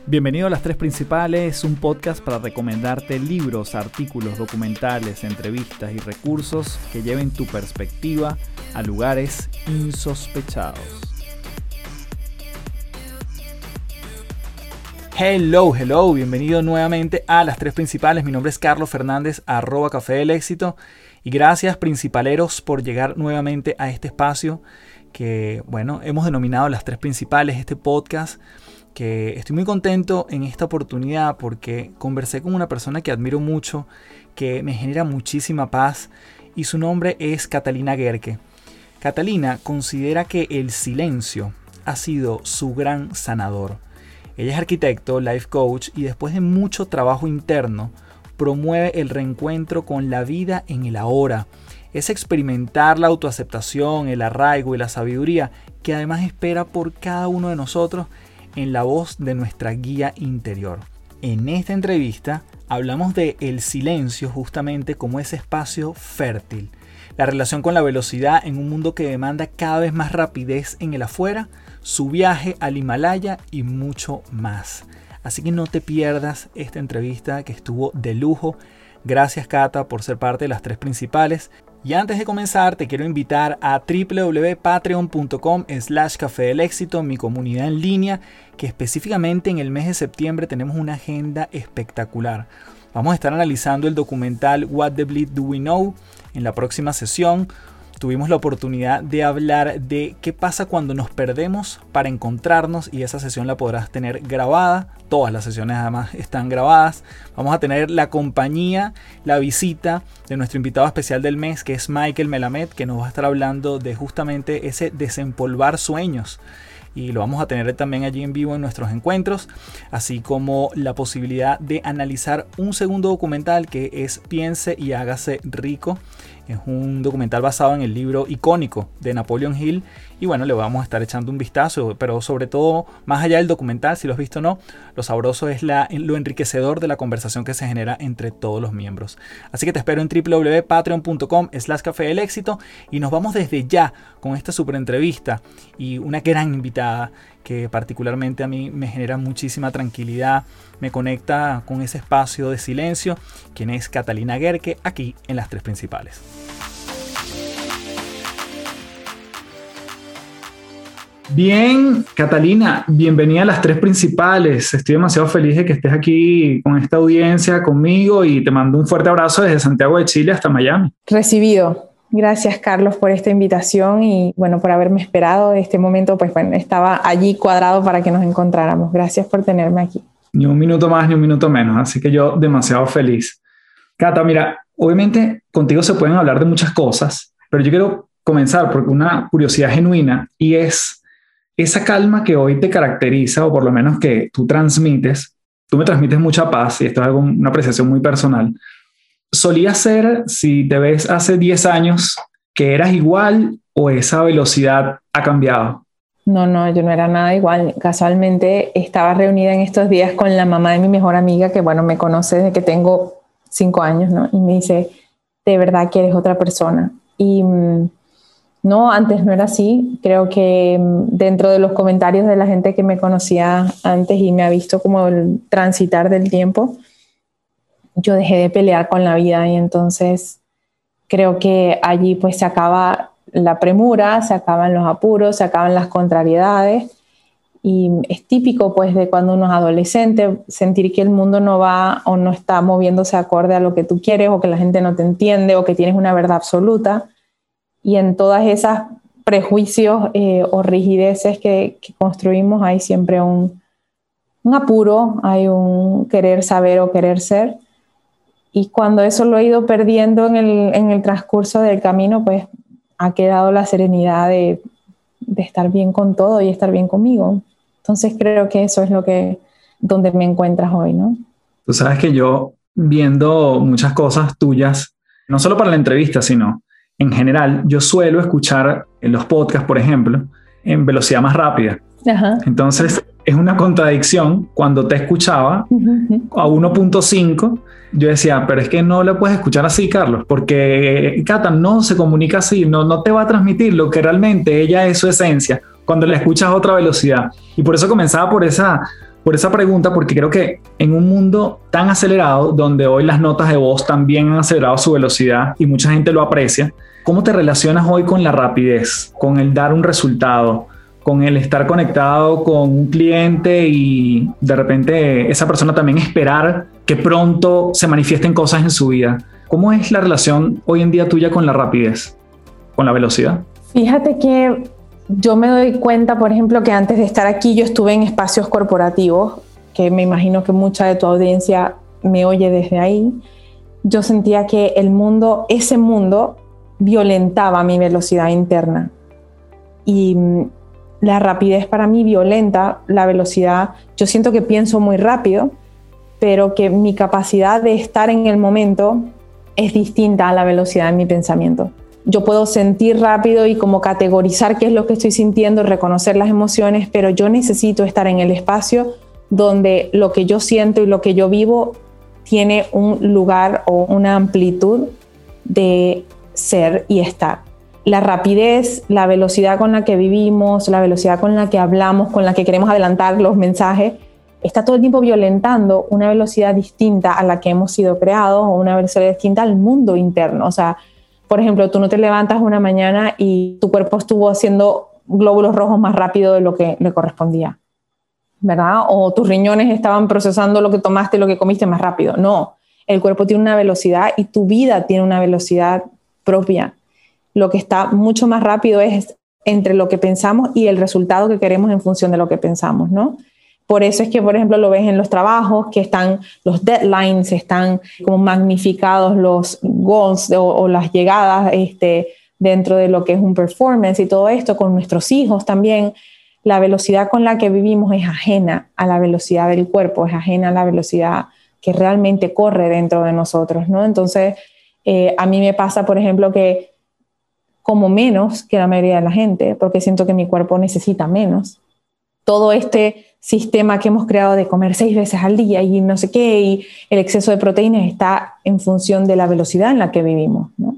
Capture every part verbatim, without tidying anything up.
Bienvenido a Las Tres Principales, un podcast para recomendarte libros, artículos, documentales, entrevistas y recursos que lleven tu perspectiva a lugares insospechados. Hello, hello, bienvenido nuevamente a Las Tres Principales. Mi nombre es Carlos Fernández, arroba Café del Éxito. Y gracias, principaleros, por llegar nuevamente a este espacio que, bueno, hemos denominado Las Tres Principales, este podcast que estoy muy contento en esta oportunidad porque conversé con una persona que admiro mucho, que me genera muchísima paz, y su nombre es Catalina Guerque. Catalina considera que el silencio ha sido su gran sanador. Ella es arquitecto, life coach, y después de mucho trabajo interno, promueve el reencuentro con la vida en el ahora. Es experimentar la autoaceptación, el arraigo y la sabiduría que además espera por cada uno de nosotros en la voz de nuestra guía interior. En esta entrevista hablamos de el silencio justamente como ese espacio fértil, la relación con la velocidad en un mundo que demanda cada vez más rapidez en el afuera, su viaje al Himalaya y mucho más. Así que no te pierdas esta entrevista que estuvo de lujo. Gracias, Cata, por ser parte de Las Tres Principales. Y antes de comenzar, te quiero invitar a doble u doble u doble u punto patreon punto com slash café del éxito, mi comunidad en línea, que específicamente en el mes de septiembre tenemos una agenda espectacular. Vamos a estar analizando el documental What the Bleed Do We Know en la próxima sesión. Tuvimos la oportunidad de hablar de qué pasa cuando nos perdemos para encontrarnos, y esa sesión la podrás tener grabada. Todas las sesiones además están grabadas. Vamos a tener la compañía, la visita de nuestro invitado especial del mes, que es Michael Melamed, que nos va a estar hablando de justamente ese desempolvar sueños. Y lo vamos a tener también allí en vivo en nuestros encuentros, así como la posibilidad de analizar un segundo documental que es Piense y Hágase Rico. Es un documental basado en el libro icónico de Napoleon Hill, y bueno, le vamos a estar echando un vistazo, pero sobre todo, más allá del documental, si lo has visto o no, lo sabroso es la, lo enriquecedor de la conversación que se genera entre todos los miembros. Así que te espero en doble u doble u doble u punto patreon punto com slash café del éxito, y nos vamos desde ya con esta super entrevista y una gran invitada que particularmente a mí me genera muchísima tranquilidad, me conecta con ese espacio de silencio, quien es Catalina Guerque, aquí en Las Tres Principales. Bien, Catalina, bienvenida a Las Tres Principales. Estoy demasiado feliz de que estés aquí con esta audiencia conmigo, y te mando un fuerte abrazo desde Santiago de Chile hasta Miami. Recibido. Gracias, Carlos, por esta invitación y bueno, por haberme esperado. Este momento, pues bueno, estaba allí cuadrado para que nos encontráramos. Gracias por tenerme aquí. Ni un minuto más, ni un minuto menos. Así que yo demasiado feliz. Cata, mira, obviamente contigo se pueden hablar de muchas cosas, pero yo quiero comenzar por una curiosidad genuina, y es esa calma que hoy te caracteriza, o por lo menos que tú transmites. Tú me transmites mucha paz, y esto es algo, una apreciación muy personal. ¿Solía ser, si te ves hace diez años, que eras igual, o esa velocidad ha cambiado? No, no, yo no era nada igual. Casualmente estaba reunida en estos días con la mamá de mi mejor amiga, que bueno, me conoce desde que tengo cinco años, ¿no? Y me dice, de verdad que eres otra persona. Y no, antes no era así. Creo que dentro de los comentarios de la gente que me conocía antes y me ha visto como el transitar del tiempo, yo dejé de pelear con la vida, y entonces creo que allí pues se acaba la premura, se acaban los apuros, se acaban las contrariedades, y es típico pues de cuando uno es adolescente sentir que el mundo no va o no está moviéndose acorde a lo que tú quieres, o que la gente no te entiende, o que tienes una verdad absoluta, y en todas esas prejuicios eh, o rigideces que, que construimos hay siempre un, un apuro, hay un querer saber o querer ser. Y cuando eso lo he ido perdiendo en el, en el transcurso del camino, pues ha quedado la serenidad de, de estar bien con todo y estar bien conmigo. Entonces creo que eso es lo que, donde me encuentras hoy, ¿no? Tú sabes que yo, viendo muchas cosas tuyas, no solo para la entrevista, sino en general, yo suelo escuchar en los podcasts, por ejemplo, en velocidad más rápida. Ajá. Entonces es una contradicción. Cuando te escuchaba uh-huh. a uno punto cinco, yo decía, pero es que no lo puedes escuchar así, Carlos, porque Cata no se comunica así, no, no te va a transmitir lo que realmente ella es su esencia cuando la escuchas a otra velocidad. Y por eso comenzaba por esa, por esa pregunta, porque creo que en un mundo tan acelerado, donde hoy las notas de voz también han acelerado su velocidad y mucha gente lo aprecia, ¿cómo te relacionas hoy con la rapidez, con el dar un resultado, con el estar conectado con un cliente y de repente esa persona también esperar que pronto se manifiesten cosas en su vida? ¿Cómo es la relación hoy en día tuya con la rapidez, con la velocidad? Fíjate que yo me doy cuenta, por ejemplo, que antes de estar aquí yo estuve en espacios corporativos, que me imagino que mucha de tu audiencia me oye desde ahí. Yo sentía que el mundo, ese mundo, violentaba mi velocidad interna. Y la rapidez para mí violenta la velocidad. Yo siento que pienso muy rápido, pero que mi capacidad de estar en el momento es distinta a la velocidad de mi pensamiento. Yo puedo sentir rápido y como categorizar qué es lo que estoy sintiendo, reconocer las emociones, pero yo necesito estar en el espacio donde lo que yo siento y lo que yo vivo tiene un lugar o una amplitud de ser y estar. La rapidez, la velocidad con la que vivimos, la velocidad con la que hablamos, con la que queremos adelantar los mensajes, está todo el tiempo violentando una velocidad distinta a la que hemos sido creados o una velocidad distinta al mundo interno. O sea, por ejemplo, tú no te levantas una mañana y tu cuerpo estuvo haciendo glóbulos rojos más rápido de lo que le correspondía, ¿verdad? O tus riñones estaban procesando lo que tomaste, lo que comiste más rápido. No, el cuerpo tiene una velocidad y tu vida tiene una velocidad propia. Lo que está mucho más rápido es entre lo que pensamos y el resultado que queremos en función de lo que pensamos, ¿no? Por eso es que, por ejemplo, lo ves en los trabajos, que están los deadlines, están como magnificados los goals o, o las llegadas este, dentro de lo que es un performance y todo esto, con nuestros hijos también. La velocidad con la que vivimos es ajena a la velocidad del cuerpo, es ajena a la velocidad que realmente corre dentro de nosotros, ¿no? Entonces, eh, a mí me pasa, por ejemplo, que como menos que la mayoría de la gente, porque siento que mi cuerpo necesita menos. Todo este sistema que hemos creado de comer seis veces al día y no sé qué, y el exceso de proteínas está en función de la velocidad en la que vivimos, ¿no?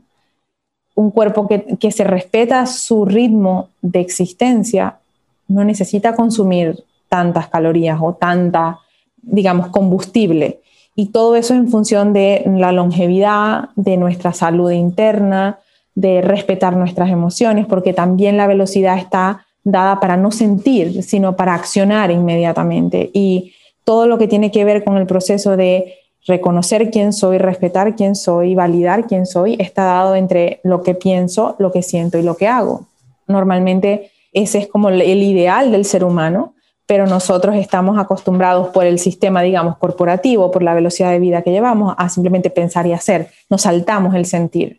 Un cuerpo que, que se respeta su ritmo de existencia no necesita consumir tantas calorías o tanta, digamos, combustible. Y todo eso es en función de la longevidad, de nuestra salud interna, de respetar nuestras emociones, porque también la velocidad está dada para no sentir, sino para accionar inmediatamente. Y todo lo que tiene que ver con el proceso de reconocer quién soy, respetar quién soy, validar quién soy, está dado entre lo que pienso, lo que siento y lo que hago. Normalmente ese es como el ideal del ser humano, pero nosotros estamos acostumbrados por el sistema, digamos, corporativo, por la velocidad de vida que llevamos, a simplemente pensar y hacer. Nos saltamos el sentir.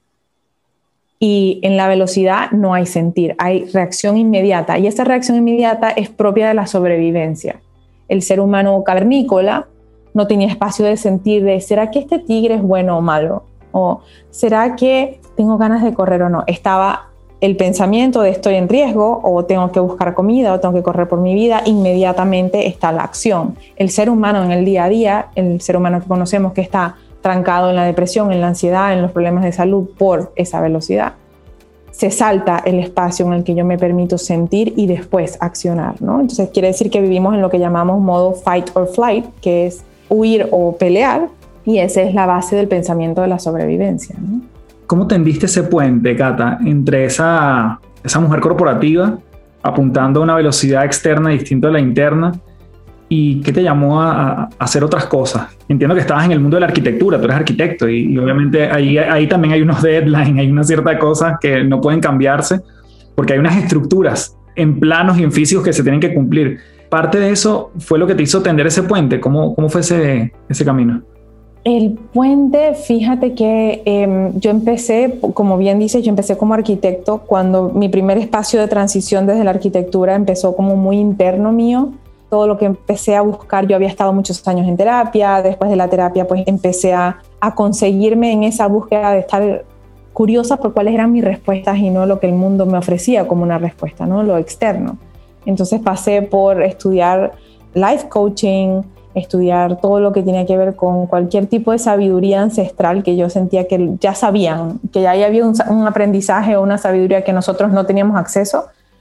Y en la velocidad no hay sentir, hay reacción inmediata. Y esa reacción inmediata es propia de la sobrevivencia. El ser humano cavernícola no tenía espacio de sentir de ¿será que este tigre es bueno o malo? ¿O será que tengo ganas de correr o no? Estaba el pensamiento de estoy en riesgo o tengo que buscar comida o tengo que correr por mi vida. Inmediatamente está la acción. El ser humano en el día a día, el ser humano que conocemos que está trancado en la depresión, en la ansiedad, en los problemas de salud por esa velocidad, se salta el espacio en el que yo me permito sentir y después accionar, ¿no? Entonces quiere decir que vivimos en lo que llamamos modo fight or flight, que es huir o pelear, y esa es la base del pensamiento de la sobrevivencia, ¿no? ¿Cómo tendiste ese puente, Cata, entre esa, esa mujer corporativa apuntando a una velocidad externa distinta a la interna? ¿Y qué te llamó a, a hacer otras cosas? Entiendo que estabas en el mundo de la arquitectura, tú eres arquitecto y, y obviamente ahí, ahí también hay unos deadlines, hay una cierta cosa que no pueden cambiarse porque hay unas estructuras en planos y en físicos que se tienen que cumplir. Parte de eso fue lo que te hizo tender ese puente. ¿Cómo, cómo fue ese, ese camino? El puente, fíjate que eh, yo empecé, como bien dices, yo empecé como arquitecto cuando mi primer espacio de transición desde la arquitectura empezó como muy interno mío. Todo lo que empecé a buscar, yo había estado muchos años en terapia, después de la terapia pues empecé a, a conseguirme en esa búsqueda de estar curiosa por cuáles eran mis respuestas y no lo que el mundo me ofrecía como una respuesta, ¿no? Lo externo. Entonces pasé por estudiar life coaching, estudiar todo lo que tenía que ver con cualquier tipo de sabiduría ancestral que yo sentía que ya sabían, que ya había un, un aprendizaje o una sabiduría que nosotros no teníamos acceso,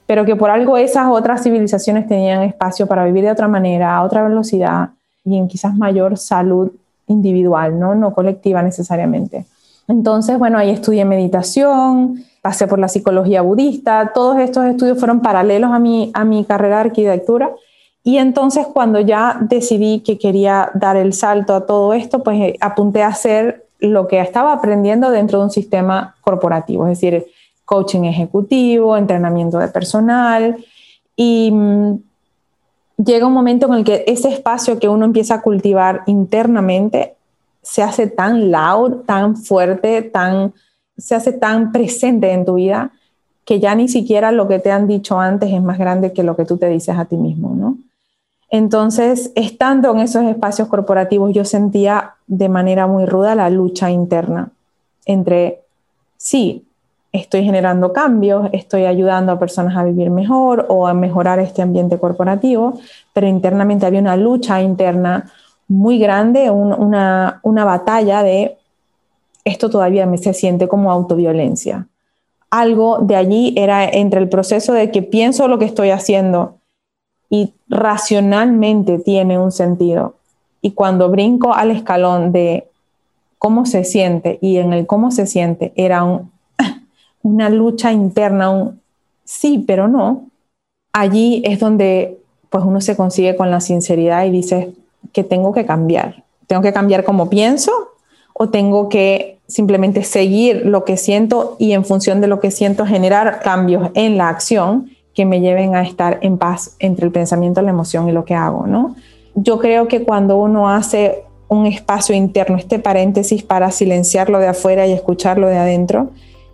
pero que por algo esas otras civilizaciones tenían espacio para vivir de otra manera, a otra velocidad y en quizás mayor salud individual, ¿no? No colectiva necesariamente. Entonces, bueno, ahí estudié meditación, pasé por la psicología budista, todos estos estudios fueron paralelos a mi, a mi carrera de arquitectura. Y entonces cuando ya decidí que quería dar el salto a todo esto, pues eh, apunté a hacer lo que estaba aprendiendo dentro de un sistema corporativo, es decir, coaching ejecutivo, entrenamiento de personal. Y mmm, llega un momento en el que ese espacio que uno empieza a cultivar internamente se hace tan loud, tan fuerte, tan, se hace tan presente en tu vida que ya ni siquiera lo que te han dicho antes es más grande que lo que tú te dices a ti mismo, ¿no? Entonces, estando en esos espacios corporativos, yo sentía de manera muy ruda la lucha interna entre, sí, estoy generando cambios, estoy ayudando a personas a vivir mejor o a mejorar este ambiente corporativo, pero internamente había una lucha interna muy grande, un, una, una batalla de esto todavía me se siente como autoviolencia. Algo de allí era entre el proceso de que pienso lo que estoy haciendo y racionalmente tiene un sentido. Y cuando brinco al escalón de cómo se siente, y en el cómo se siente era un, una lucha interna, un sí, pero no, allí es donde pues uno se consigue con la sinceridad y dice que tengo que cambiar. Tengo que cambiar cómo pienso o tengo que simplemente seguir lo que siento y en función de lo que siento generar cambios en la acción que me lleven a estar en paz entre el pensamiento, la emoción y lo que hago, ¿no? Yo creo que cuando uno hace un espacio interno, este paréntesis para silenciar lo de afuera y escuchar lo de adentro,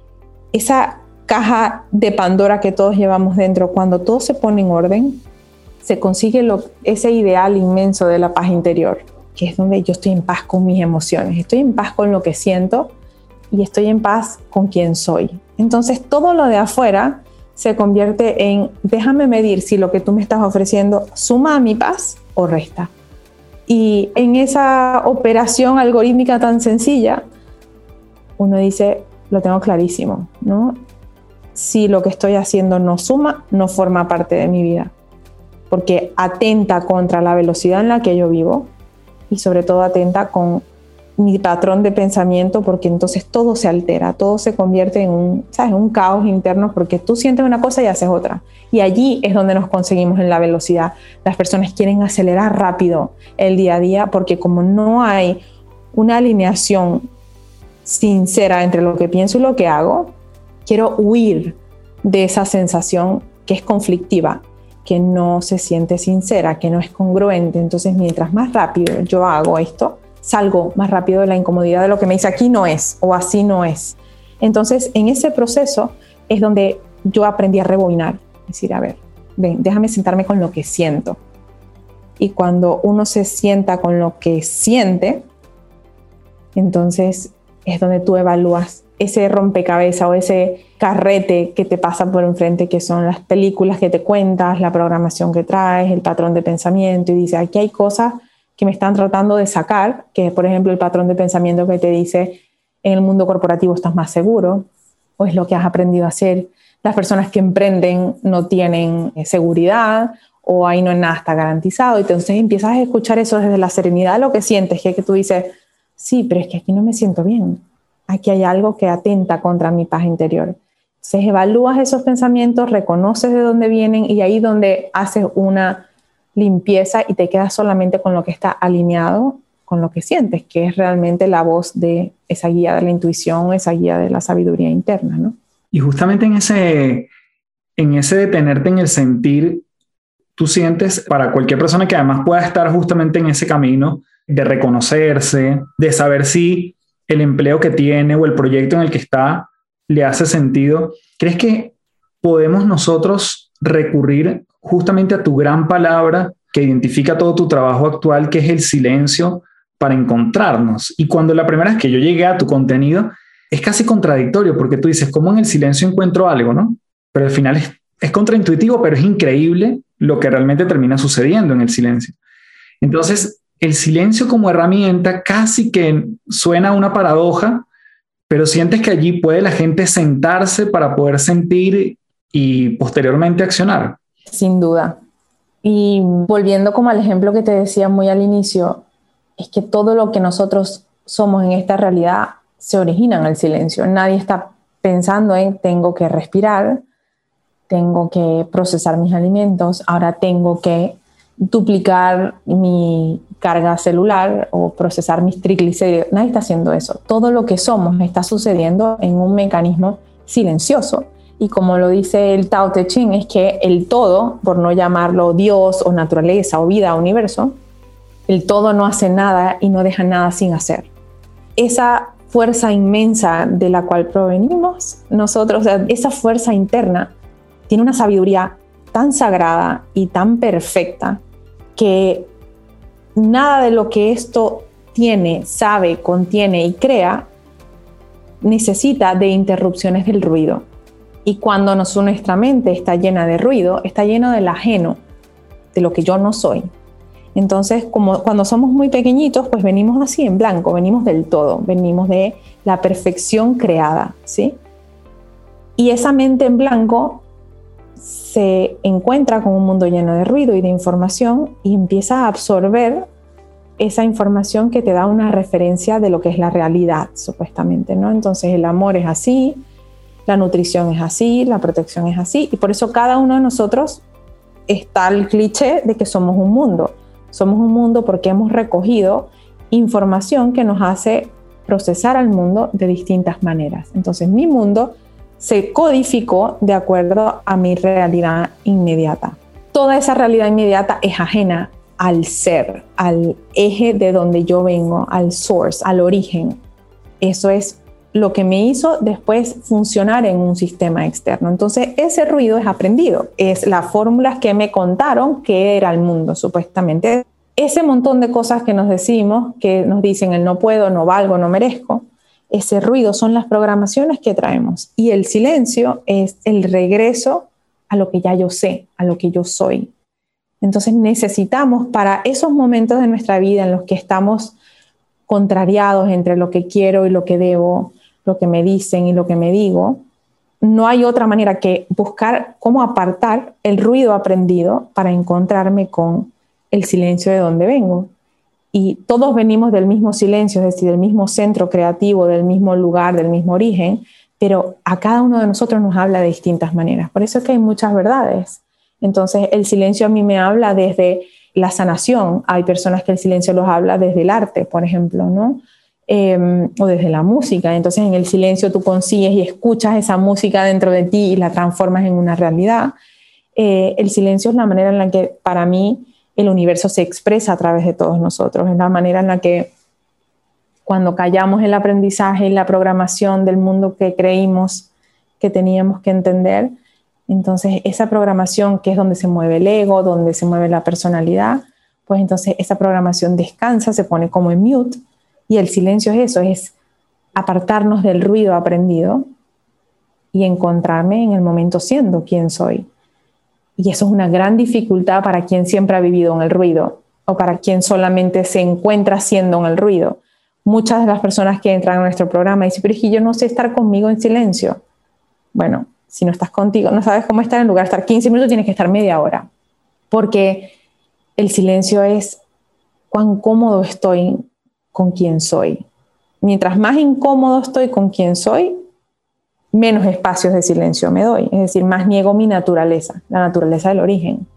esa caja de Pandora que todos llevamos dentro, cuando todo se pone en orden, se consigue lo, ese ideal inmenso de la paz interior, que es donde yo estoy en paz con mis emociones, estoy en paz con lo que siento y estoy en paz con quién soy. Entonces todo lo de afuera se convierte en déjame medir si lo que tú me estás ofreciendo suma a mi paz o resta. Y en esa operación algorítmica tan sencilla, uno dice, lo tengo clarísimo, ¿no? Si lo que estoy haciendo no suma, no forma parte de mi vida, porque atenta contra la velocidad en la que yo vivo y sobre todo atenta con mi patrón de pensamiento, porque entonces todo se altera, todo se convierte en un, ¿sabes? un caos interno, porque tú sientes una cosa y haces otra. Y allí es donde nos conseguimos en la velocidad. Las personas quieren acelerar rápido el día a día porque como no hay una alineación sincera entre lo que pienso y lo que hago, quiero huir de esa sensación que es conflictiva, que no se siente sincera, que no es congruente. Entonces, mientras más rápido yo hago esto, salgo más rápido de la incomodidad de lo que me dice aquí no es o así no es. Entonces, en ese proceso es donde yo aprendí a rebobinar. Es decir, a ver, ven, déjame sentarme con lo que siento. Y cuando uno se sienta con lo que siente, entonces es donde tú evalúas ese rompecabezas o ese carrete que te pasa por enfrente, que son las películas que te cuentas, la programación que traes, el patrón de pensamiento, y dices, aquí hay cosas que me están tratando de sacar, que es por ejemplo el patrón de pensamiento que te dice en el mundo corporativo estás más seguro, o es lo que has aprendido a hacer. Las personas que emprenden no tienen seguridad, o ahí no es nada está garantizado, y entonces empiezas a escuchar eso desde la serenidad de lo que sientes, que es que tú dices, sí, pero es que aquí no me siento bien, aquí hay algo que atenta contra mi paz interior. Entonces evalúas esos pensamientos, reconoces de dónde vienen y ahí donde haces una limpieza y te quedas solamente con lo que está alineado con lo que sientes, que es realmente la voz de esa guía de la intuición, esa guía de la sabiduría interna, ¿no? Y justamente en ese, en ese detenerte en el sentir, tú sientes, para cualquier persona que además pueda estar justamente en ese camino de reconocerse, de saber si el empleo que tiene o el proyecto en el que está le hace sentido, ¿crees que podemos nosotros recurrir justamente a tu gran palabra que identifica todo tu trabajo actual, que es el silencio, para encontrarnos? Y cuando la primera vez que yo llegué a tu contenido, es casi contradictorio, porque tú dices, ¿cómo en el silencio encuentro algo, no? Pero al final es, es contraintuitivo, pero es increíble lo que realmente termina sucediendo en el silencio. Entonces, el silencio como herramienta casi que suena a una paradoja, pero sientes que allí puede la gente sentarse para poder sentir y posteriormente accionar. Sin duda. Y volviendo como al ejemplo que te decía muy al inicio, es que todo lo que nosotros somos en esta realidad se origina en el silencio. Nadie está pensando en tengo que respirar, tengo que procesar mis alimentos, ahora tengo que duplicar mi carga celular o procesar mis triglicéridos. Nadie está haciendo eso. Todo lo que somos está sucediendo en un mecanismo silencioso. Y como lo dice el Tao Te Ching, es que el todo, por no llamarlo Dios o naturaleza o vida o universo, el todo no hace nada y no deja nada sin hacer. Esa fuerza inmensa de la cual provenimos nosotros, o sea, esa fuerza interna, tiene una sabiduría tan sagrada y tan perfecta que nada de lo que esto tiene, sabe, contiene y crea necesita de interrupciones del ruido. Y cuando nuestra mente está llena de ruido, está lleno del ajeno, de lo que yo no soy. Entonces, como cuando somos muy pequeñitos, pues venimos así en blanco, venimos del todo, venimos de la perfección creada, ¿sí? Y esa mente en blanco se encuentra con un mundo lleno de ruido y de información y empieza a absorber esa información que te da una referencia de lo que es la realidad, supuestamente, ¿no? Entonces el amor es así, la nutrición es así, la protección es así, y por eso cada uno de nosotros está el cliché de que somos un mundo. Somos un mundo porque hemos recogido información que nos hace procesar al mundo de distintas maneras. Entonces mi mundo se codificó de acuerdo a mi realidad inmediata. Toda esa realidad inmediata es ajena al ser, al eje de donde yo vengo, al source, al origen. Eso es lo que me hizo después funcionar en un sistema externo. Entonces ese ruido es aprendido, es las fórmulas que me contaron que era el mundo, supuestamente. Ese montón de cosas que nos decimos, que nos dicen el no puedo, no valgo, no merezco, ese ruido son las programaciones que traemos. Y el silencio es el regreso a lo que ya yo sé, a lo que yo soy. Entonces necesitamos para esos momentos de nuestra vida en los que estamos contrariados entre lo que quiero y lo que debo, lo que me dicen y lo que me digo, no hay otra manera que buscar cómo apartar el ruido aprendido para encontrarme con el silencio de donde vengo. Y todos venimos del mismo silencio, es decir, del mismo centro creativo, del mismo lugar, del mismo origen, pero a cada uno de nosotros nos habla de distintas maneras. Por eso es que hay muchas verdades. Entonces el silencio a mí me habla desde la sanación. Hay personas que el silencio los habla desde el arte, por ejemplo, ¿no? Eh, o desde la música. Entonces en el silencio tú consigues y escuchas esa música dentro de ti y la transformas en una realidad. Eh, el silencio es la manera en la que para mí el universo se expresa a través de todos nosotros. Es la manera en la que cuando callamos el aprendizaje y la programación del mundo que creímos que teníamos que entender, entonces esa programación que es donde se mueve el ego, donde se mueve la personalidad, pues entonces esa programación descansa, se pone como en mute, y el silencio es eso, es apartarnos del ruido aprendido y encontrarme en el momento siendo quien soy. Y eso es una gran dificultad para quien siempre ha vivido en el ruido o para quien solamente se encuentra siendo en el ruido. Muchas de las personas que entran a nuestro programa dicen, pero es que yo no sé estar conmigo en silencio. Bueno, si no estás contigo, no sabes cómo estar, en lugar de estar quince minutos, tienes que estar media hora. Porque el silencio es cuán cómodo estoy con quien soy. Mientras más incómodo estoy con quien soy, menos espacios de silencio me doy. Es decir, más niego mi naturaleza, la naturaleza del origen,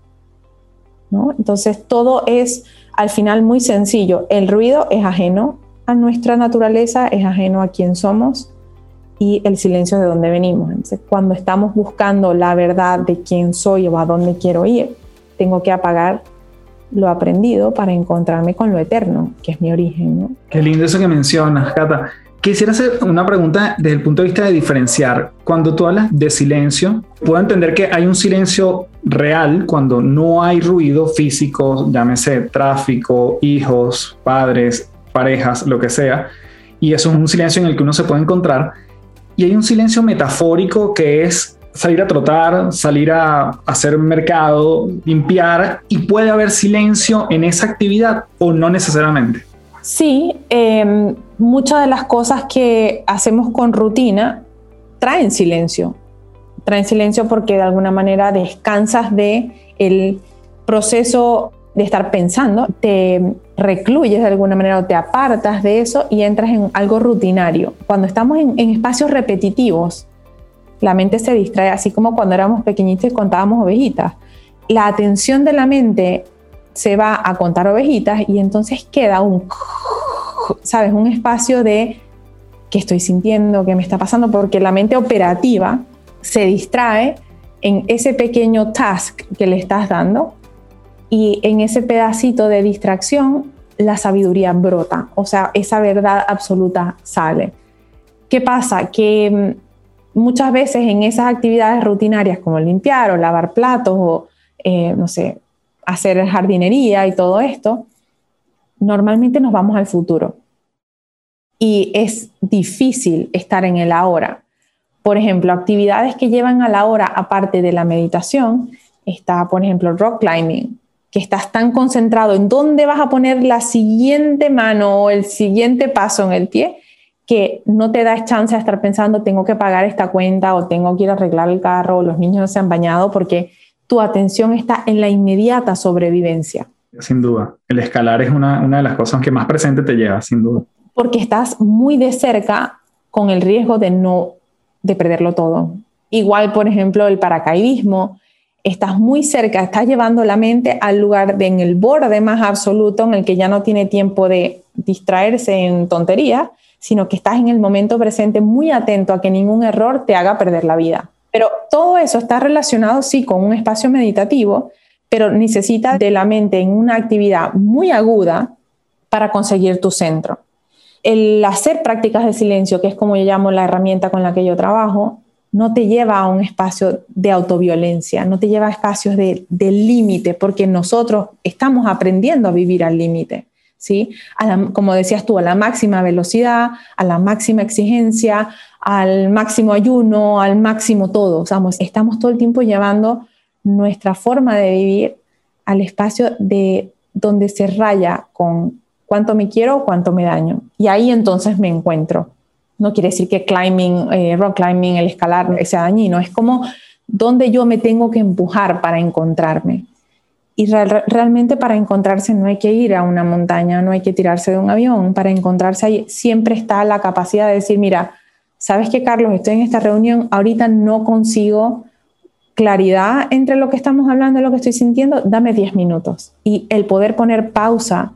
¿no? Entonces todo es al final muy sencillo. El ruido es ajeno a nuestra naturaleza, es ajeno a quién somos, y el silencio es de dónde venimos. Entonces, cuando estamos buscando la verdad de quién soy o a dónde quiero ir, tengo que apagar lo aprendido para encontrarme con lo eterno, que es mi origen, ¿no? Qué lindo eso que mencionas, Cata. Quisiera hacer una pregunta desde el punto de vista de diferenciar. Cuando tú hablas de silencio, puedo entender que hay un silencio real cuando no hay ruido físico, llámese tráfico, hijos, padres, parejas, lo que sea, y eso es un silencio en el que uno se puede encontrar. Y hay un silencio metafórico que es salir a trotar, salir a hacer mercado, limpiar, y puede haber silencio en esa actividad o no necesariamente. Sí, eh, muchas de las cosas que hacemos con rutina traen silencio, traen silencio porque de alguna manera descansas de el proceso de estar pensando, te recluyes de alguna manera o te apartas de eso y entras en algo rutinario. Cuando estamos en, en espacios repetitivos, la mente se distrae, así como cuando éramos pequeñitos y contábamos ovejitas. La atención de la mente se va a contar ovejitas y entonces queda un, ¿sabes? Un espacio de qué estoy sintiendo, qué me está pasando, porque la mente operativa se distrae en ese pequeño task que le estás dando y en ese pedacito de distracción la sabiduría brota, o sea, esa verdad absoluta sale. ¿Qué pasa? Que muchas veces en esas actividades rutinarias como limpiar o lavar platos o, eh, no sé, hacer jardinería y todo esto, normalmente nos vamos al futuro. Y es difícil estar en el ahora. Por ejemplo, actividades que llevan a la hora aparte de la meditación, está, por ejemplo, rock climbing, que estás tan concentrado en dónde vas a poner la siguiente mano o el siguiente paso en el pie, que no te das chance de estar pensando, tengo que pagar esta cuenta o tengo que ir a arreglar el carro o los niños no se han bañado, porque tu atención está en la inmediata sobrevivencia. Sin duda. El escalar es una, una de las cosas que más presente te lleva, sin duda. Porque estás muy de cerca con el riesgo de no de perderlo todo. Igual, por ejemplo, el paracaidismo, estás muy cerca, estás llevando la mente al lugar de, en el borde más absoluto en el que ya no tiene tiempo de distraerse en tonterías, sino que estás en el momento presente muy atento a que ningún error te haga perder la vida. Pero todo eso está relacionado, sí, con un espacio meditativo, pero necesita de la mente en una actividad muy aguda para conseguir tu centro. El hacer prácticas de silencio, que es como yo llamo la herramienta con la que yo trabajo, no te lleva a un espacio de autoviolencia, no te lleva a espacios de, de límite, porque nosotros estamos aprendiendo a vivir al límite, ¿sí? A la, como decías tú, a la máxima velocidad, a la máxima exigencia, al máximo ayuno, al máximo todo. O sea, estamos todo el tiempo llevando nuestra forma de vivir al espacio de donde se raya con cuánto me quiero o cuánto me daño. Y ahí entonces me encuentro. No quiere decir que climbing, eh, rock climbing, el escalar sea dañino. Es como donde yo me tengo que empujar para encontrarme. Y re- realmente para encontrarse no hay que ir a una montaña, no hay que tirarse de un avión. Para encontrarse ahí siempre está la capacidad de decir, mira, ¿sabes qué, Carlos? Estoy en esta reunión, ahorita no consigo claridad entre lo que estamos hablando y lo que estoy sintiendo, dame diez minutos. Y el poder poner pausa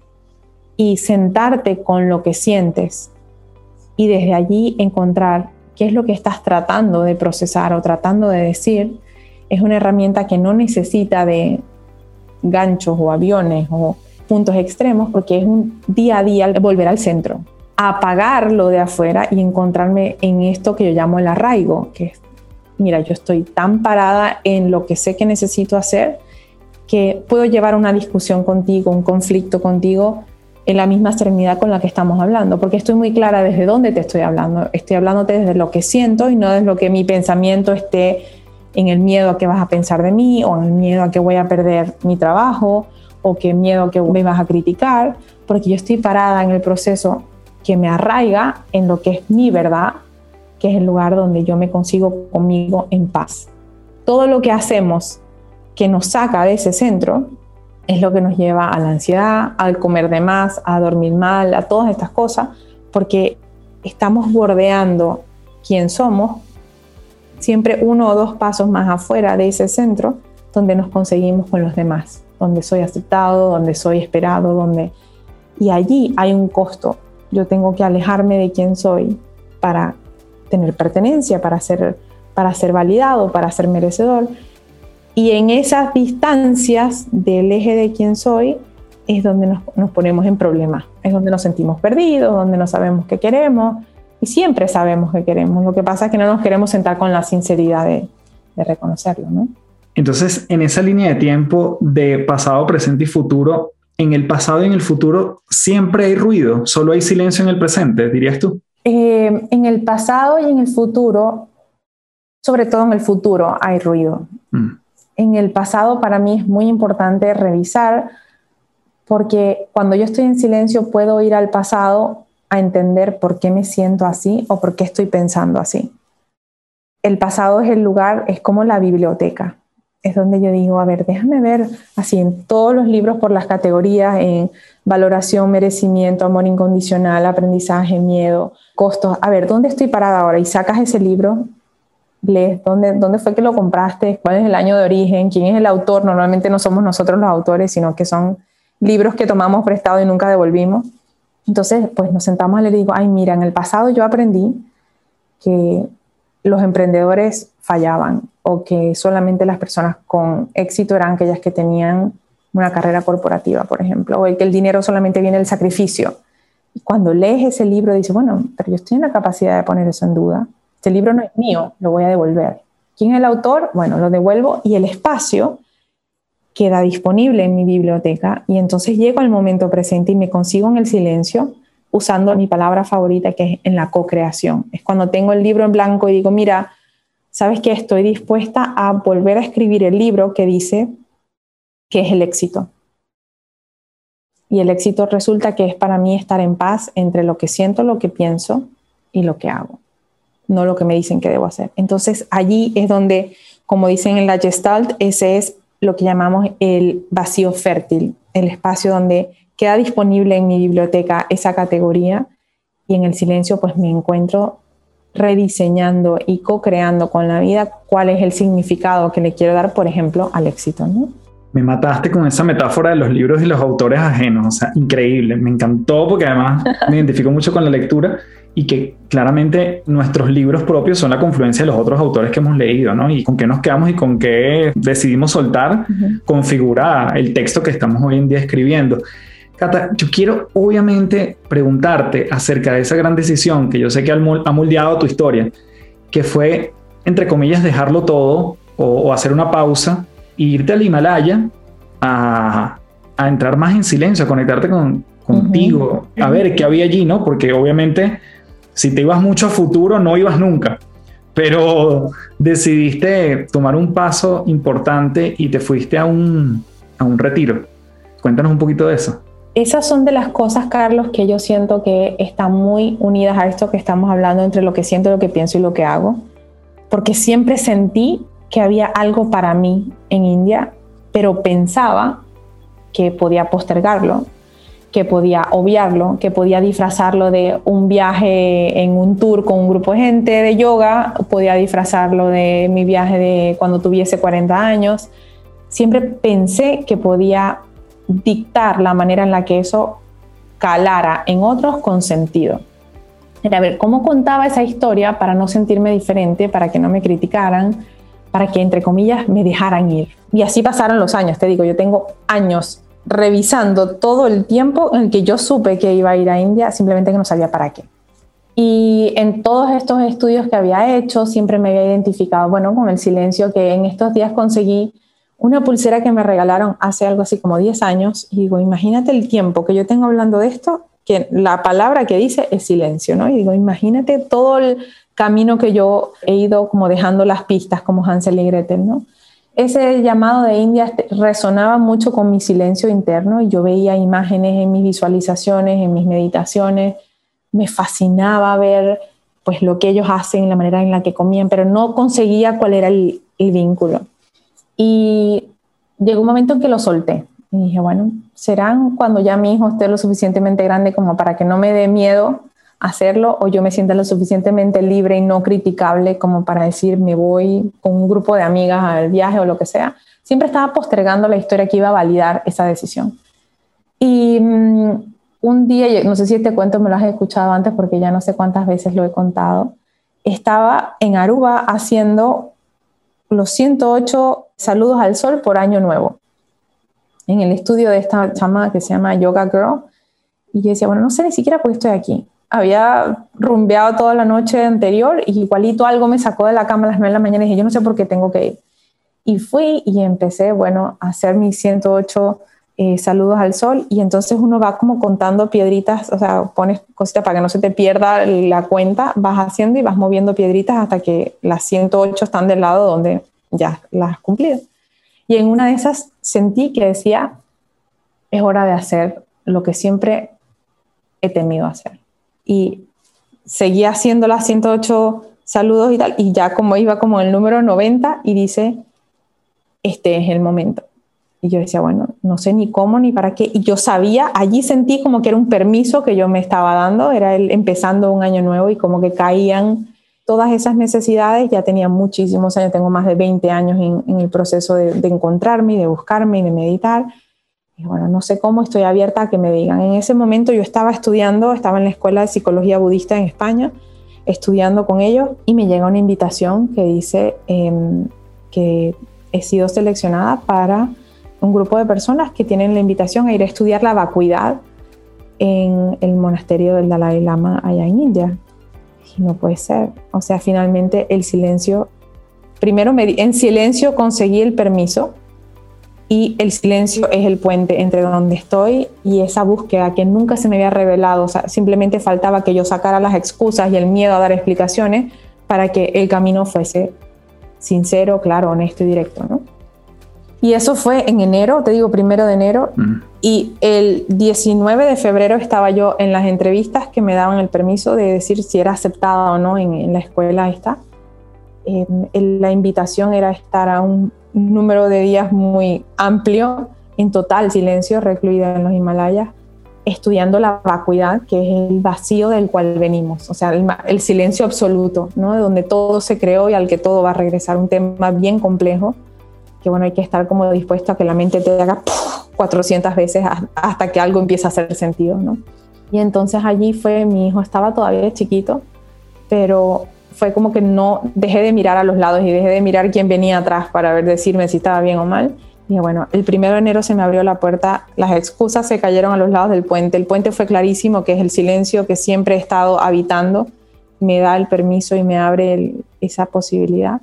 y sentarte con lo que sientes y desde allí encontrar qué es lo que estás tratando de procesar o tratando de decir, es una herramienta que no necesita de ganchos o aviones o puntos extremos, porque es un día a día volver al centro, apagar lo de afuera y encontrarme en esto que yo llamo el arraigo, que es, mira, yo estoy tan parada en lo que sé que necesito hacer que puedo llevar una discusión contigo, un conflicto contigo, en la misma serenidad con la que estamos hablando, porque estoy muy clara desde dónde te estoy hablando. Estoy hablándote desde lo que siento y no desde lo que mi pensamiento esté en el miedo a que vas a pensar de mí o en el miedo a que voy a perder mi trabajo o que miedo a que me vas a criticar, porque yo estoy parada en el proceso que me arraiga en lo que es mi verdad, que es el lugar donde yo me consigo conmigo en paz. Todo lo que hacemos que nos saca de ese centro es lo que nos lleva a la ansiedad, al comer de más, a dormir mal, a todas estas cosas, porque estamos bordeando quién somos, siempre uno o dos pasos más afuera de ese centro, donde nos conseguimos con los demás, donde soy aceptado, donde soy esperado, donde... y allí hay un costo. Yo tengo que alejarme de quién soy para tener pertenencia, para ser, para ser validado, para ser merecedor. Y en esas distancias del eje de quién soy es donde nos, nos ponemos en problemas, es donde nos sentimos perdidos, donde no sabemos qué queremos y siempre sabemos qué queremos. Lo que pasa es que no nos queremos sentar con la sinceridad de, de reconocerlo, ¿no? Entonces, en esa línea de tiempo de pasado, presente y futuro, en el pasado y en el futuro siempre hay ruido, solo hay silencio en el presente, dirías tú. Eh, en el pasado y en el futuro, sobre todo en el futuro, hay ruido. Mm. En el pasado para mí es muy importante revisar, porque cuando yo estoy en silencio puedo ir al pasado a entender por qué me siento así o por qué estoy pensando así. el pasado es el lugar, es como la biblioteca. Es donde yo digo, a ver, déjame ver así en todos los libros por las categorías, en valoración, merecimiento, amor incondicional, aprendizaje, miedo, costos. A ver, ¿dónde estoy parada ahora? Y sacas ese libro, lees dónde, dónde fue que lo compraste, cuál es el año de origen, quién es el autor. Normalmente no somos nosotros los autores, sino que son libros que tomamos prestado y nunca devolvimos. Entonces, pues nos sentamos a leer y digo, ay, mira, en el pasado yo aprendí que los emprendedores fallaban o que solamente las personas con éxito eran aquellas que tenían una carrera corporativa, por ejemplo, o el que el dinero solamente viene del sacrificio. Y cuando lees ese libro dices, bueno, pero yo estoy en la capacidad de poner eso en duda. Este libro no es mío, lo voy a devolver. ¿Quién es el autor? Bueno, lo devuelvo y el espacio queda disponible en mi biblioteca y entonces llego al momento presente y me consigo en el silencio usando mi palabra favorita, que es en la co-creación. Es cuando tengo el libro en blanco y digo, mira, ¿sabes qué? Estoy dispuesta a volver a escribir el libro que dice que es el éxito. Y el éxito resulta que es para mí estar en paz entre lo que siento, lo que pienso y lo que hago, no lo que me dicen que debo hacer. Entonces allí es donde, como dicen en la Gestalt, ese es lo que llamamos el vacío fértil, el espacio donde queda disponible en mi biblioteca esa categoría y en el silencio pues me encuentro rediseñando y co-creando con la vida cuál es el significado que le quiero dar, por ejemplo, al éxito, ¿no? Me mataste con esa metáfora de los libros y los autores ajenos, o sea, increíble, me encantó porque además me identifico mucho con la lectura y que claramente nuestros libros propios son la confluencia de los otros autores que hemos leído, ¿no? Y con qué nos quedamos y con qué decidimos soltar, uh-huh. configura el texto que estamos hoy en día escribiendo. Cata, yo quiero obviamente preguntarte acerca de esa gran decisión que yo sé que ha moldeado tu historia, que fue, entre comillas, dejarlo todo o, o hacer una pausa e irte al Himalaya a, a entrar más en silencio, a conectarte con, contigo, uh-huh. a ver qué había allí, ¿no? Porque obviamente si te ibas mucho a futuro no ibas nunca, pero decidiste tomar un paso importante y te fuiste a un, a un retiro. Cuéntanos un poquito de eso. Esas son de las cosas, Carlos, que yo siento que están muy unidas a esto que estamos hablando entre lo que siento, lo que pienso y lo que hago. Porque siempre sentí que había algo para mí en India, pero pensaba que podía postergarlo, que podía obviarlo, que podía disfrazarlo de un viaje en un tour con un grupo de gente de yoga, podía disfrazarlo de mi viaje de cuando tuviese cuarenta años. Siempre pensé que podía dictar la manera en la que eso calara en otros con sentido. Era ver cómo contaba esa historia para no sentirme diferente, para que no me criticaran, para que, entre comillas, me dejaran ir. Y así pasaron los años. Te digo, yo tengo años revisando todo el tiempo en el que yo supe que iba a ir a India, simplemente que no sabía para qué. Y en todos estos estudios que había hecho, siempre me había identificado, bueno, con el silencio, que en estos días conseguí una pulsera que me regalaron hace algo así como diez años, y digo, imagínate el tiempo que yo tengo hablando de esto, que la palabra que dice es silencio, ¿no? Y digo, imagínate todo el camino que yo he ido como dejando las pistas, como Hansel y Gretel, ¿no? Ese llamado de India resonaba mucho con mi silencio interno y yo veía imágenes en mis visualizaciones, en mis meditaciones, me fascinaba ver pues lo que ellos hacen, la manera en la que comían, pero no conseguía cuál era el, el vínculo. Y llegó un momento en que lo solté. Y dije, bueno, serán cuando ya mi hijo esté lo suficientemente grande como para que no me dé miedo hacerlo, o yo me sienta lo suficientemente libre y no criticable como para decir me voy con un grupo de amigas al viaje o lo que sea. Siempre estaba postergando la historia que iba a validar esa decisión. Y um, un día, no sé si este cuento me lo has escuchado antes porque ya no sé cuántas veces lo he contado, estaba en Aruba haciendo los ciento ocho saludos al sol por año nuevo en el estudio de esta chama que se llama Yoga Girl, y yo decía, bueno, no sé ni siquiera por qué estoy aquí. Había rumbeado toda la noche anterior y igualito algo me sacó de la cama a las nueve de la mañana y dije, yo no sé por qué tengo que ir. Y fui y empecé, bueno, a hacer mis ciento ocho eh, saludos al sol, y entonces uno va como contando piedritas, o sea, pones cositas para que no se te pierda la cuenta, vas haciendo y vas moviendo piedritas hasta que las ciento ocho están del lado donde ya las has cumplido. Y en una de esas sentí que decía, es hora de hacer lo que siempre he temido hacer. Y seguí haciendo las ciento ocho saludos y tal, y ya como iba como el número noventa y dice, este es el momento. Y yo decía, bueno, no sé ni cómo ni para qué. Y yo sabía, allí sentí como que era un permiso que yo me estaba dando, era el empezando un año nuevo y como que caían todas esas necesidades. Ya tenía muchísimos años, tengo más de veinte años en, en el proceso de, de encontrarme y de buscarme y de meditar. Y bueno, no sé cómo, estoy abierta a que me digan. En ese momento yo estaba estudiando, estaba en la Escuela de Psicología Budista en España, estudiando con ellos, y me llega una invitación que dice eh, que he sido seleccionada para un grupo de personas que tienen la invitación a ir a estudiar la vacuidad en el monasterio del Dalai Lama allá en India. Y no puede ser. O sea, finalmente el silencio, primero me, en silencio conseguí el permiso, y el silencio es el puente entre donde estoy y esa búsqueda que nunca se me había revelado. O sea, simplemente faltaba que yo sacara las excusas y el miedo a dar explicaciones para que el camino fuese sincero, claro, honesto y directo, ¿no? Y eso fue en enero, te digo, primero de enero. Uh-huh. Y el diecinueve de febrero estaba yo en las entrevistas que me daban el permiso de decir si era aceptada o no en, en la escuela esta. Eh, la invitación era estar a un número de días muy amplio, en total silencio, recluida en los Himalayas, estudiando la vacuidad, que es el vacío del cual venimos, o sea, el, el silencio absoluto, ¿no? De donde todo se creó y al que todo va a regresar, un tema bien complejo, que bueno, hay que estar como dispuesto a que la mente te haga cuatrocientas veces hasta que algo empiece a hacer sentido, ¿no? Y entonces allí fue, mi hijo estaba todavía chiquito, pero fue como que no dejé de mirar a los lados y dejé de mirar quién venía atrás para ver, decirme si estaba bien o mal. Y bueno, el primero de enero se me abrió la puerta, las excusas se cayeron a los lados del puente. El puente fue clarísimo, que es el silencio que siempre he estado habitando, me da el permiso y me abre el, esa posibilidad.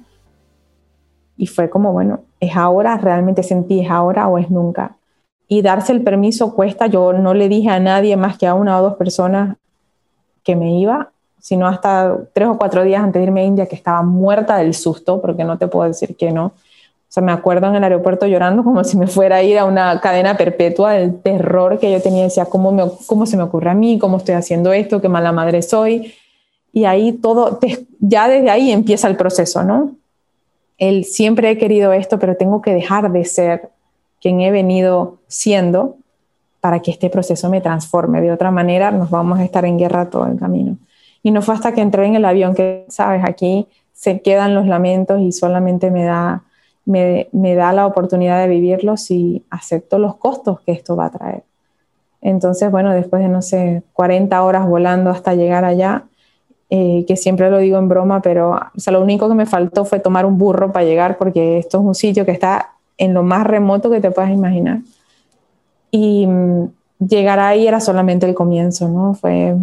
Y fue como, bueno, ¿es ahora? Realmente sentí, ¿es ahora o es nunca? Y darse el permiso cuesta. Yo no le dije a nadie más que a una o dos personas que me iba, sino hasta tres o cuatro días antes de irme a India, que estaba muerta del susto, porque no te puedo decir que no. O sea, me acuerdo en el aeropuerto llorando como si me fuera a ir a una cadena perpetua del terror que yo tenía. Decía, ¿cómo, me, cómo se me ocurre a mí? ¿Cómo estoy haciendo esto? ¿Qué mala madre soy? Y ahí todo, te, ya desde ahí empieza el proceso, ¿no? El siempre he querido esto, pero tengo que dejar de ser quien he venido siendo para que este proceso me transforme. De otra manera, nos vamos a estar en guerra todo el camino. Y no fue hasta que entré en el avión que, sabes, aquí se quedan los lamentos y solamente me da, me, me da la oportunidad de vivirlos y acepto los costos que esto va a traer. Entonces, bueno, después de, no sé, cuarenta horas volando hasta llegar allá, eh, que siempre lo digo en broma, pero o sea, lo único que me faltó fue tomar un burro para llegar, porque esto es un sitio que está en lo más remoto que te puedas imaginar. Y mmm, llegar ahí era solamente el comienzo, ¿no? Fue...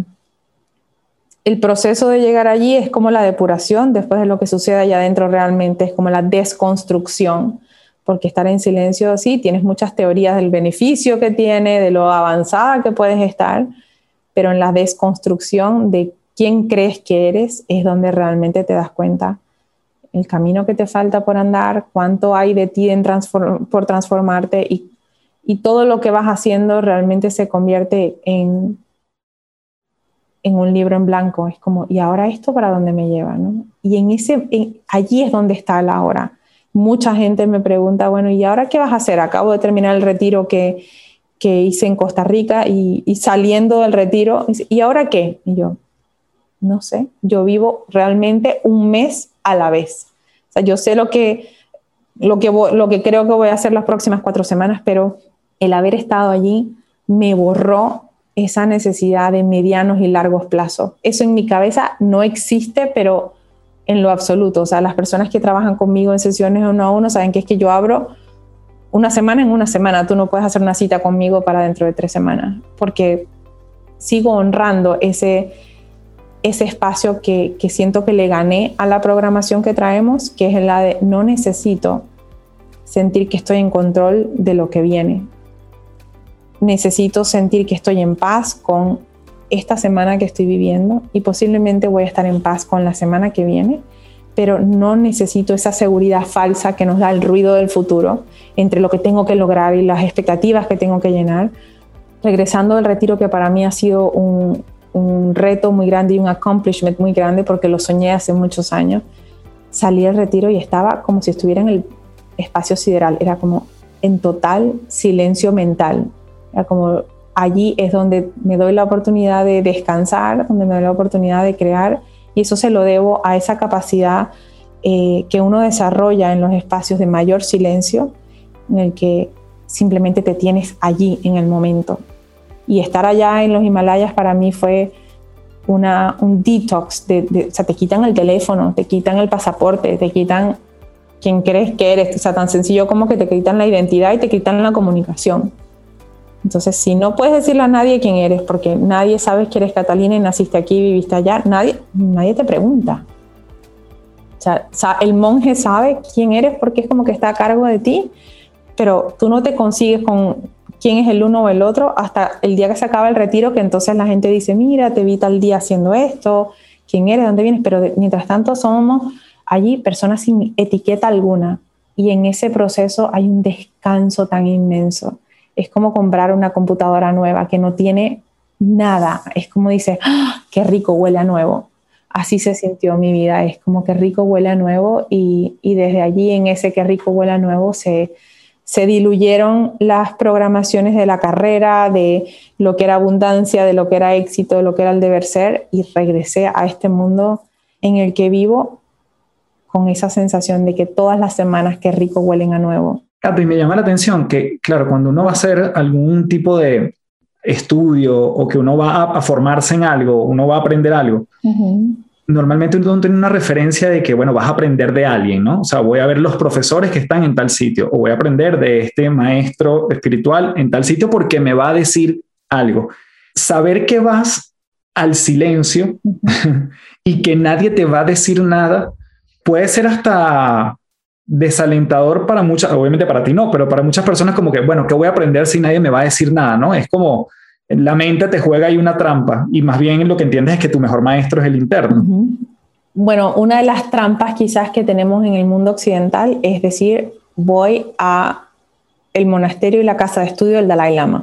El proceso de llegar allí es como la depuración. Después de lo que sucede allá adentro realmente es como la desconstrucción, porque estar en silencio, sí, tienes muchas teorías del beneficio que tiene, de lo avanzada que puedes estar, pero en la desconstrucción de quién crees que eres es donde realmente te das cuenta el camino que te falta por andar, cuánto hay de ti en transform- por transformarte, y, y todo lo que vas haciendo realmente se convierte en en un libro en blanco. Es como, ¿y ahora esto para dónde me lleva, no? Y en ese, en, allí es donde está el ahora. Mucha gente me pregunta, bueno, ¿y ahora qué vas a hacer? Acabo de terminar el retiro que, que hice en Costa Rica y, y saliendo del retiro, ¿y ahora qué? Y yo, no sé, yo vivo realmente un mes a la vez. O sea, yo sé lo que, lo que, voy, lo que creo que voy a hacer las próximas cuatro semanas, pero el haber estado allí me borró esa necesidad de medianos y largos plazos. Eso en mi cabeza no existe, pero en lo absoluto. O sea, las personas que trabajan conmigo en sesiones uno a uno saben que es que yo abro una semana en una semana. Tú no puedes hacer una cita conmigo para dentro de tres semanas, porque sigo honrando ese, ese espacio que, que siento que le gané a la programación que traemos, que es la de no necesito sentir que estoy en control de lo que viene. Necesito sentir que estoy en paz con esta semana que estoy viviendo, y posiblemente voy a estar en paz con la semana que viene, pero no necesito esa seguridad falsa que nos da el ruido del futuro entre lo que tengo que lograr y las expectativas que tengo que llenar. Regresando del retiro, que para mí ha sido un, un reto muy grande y un accomplishment muy grande porque lo soñé hace muchos años. Salí del retiro y estaba como si estuviera en el espacio sideral, era como en total silencio mental, era como allí es donde me doy la oportunidad de descansar, donde me doy la oportunidad de crear, y eso se lo debo a esa capacidad eh, que uno desarrolla en los espacios de mayor silencio, en el que simplemente te tienes allí en el momento. Y estar allá en los Himalayas para mí fue una, un detox, de, de, o sea, te quitan el teléfono, te quitan el pasaporte, te quitan quién crees que eres, o sea, tan sencillo como que te quitan la identidad y te quitan la comunicación. Entonces, si no puedes decirle a nadie quién eres, porque nadie sabe que eres Catalina y naciste aquí, viviste allá, nadie, nadie te pregunta. O sea, el monje sabe quién eres porque es como que está a cargo de ti, pero tú no te consigues con quién es el uno o el otro hasta el día que se acaba el retiro, que entonces la gente dice, mira, te vi tal día haciendo esto, quién eres, dónde vienes, pero de, mientras tanto somos allí personas sin etiqueta alguna, y en ese proceso hay un descanso tan inmenso. Es como comprar una computadora nueva que no tiene nada, es como dices, ¡ah, qué rico huele a nuevo! Así se sintió mi vida, es como que rico huele a nuevo, y, y desde allí en ese que rico huele a nuevo se, se diluyeron las programaciones de la carrera, de lo que era abundancia, de lo que era éxito, de lo que era el deber ser, y regresé a este mundo en el que vivo con esa sensación de que todas las semanas qué rico huelen a nuevo. Cato, y me llama la atención que, claro, cuando uno va a hacer algún tipo de estudio o que uno va a, a formarse en algo, uno va a aprender algo, uh-huh. Normalmente uno tiene una referencia de que, bueno, vas a aprender de alguien, ¿no? O sea, voy a ver los profesores que están en tal sitio, o voy a aprender de este maestro espiritual en tal sitio porque me va a decir algo. Saber que vas al silencio uh-huh. y que nadie te va a decir nada puede ser hasta desalentador para muchas, obviamente para ti no, pero para muchas personas como que, bueno, ¿qué voy a aprender si nadie me va a decir nada, no? Es como la mente te juega ahí una trampa, y más bien lo que entiendes es que tu mejor maestro es el interno. Uh-huh. Bueno, una de las trampas quizás que tenemos en el mundo occidental es decir, voy a el monasterio y la casa de estudio del Dalai Lama.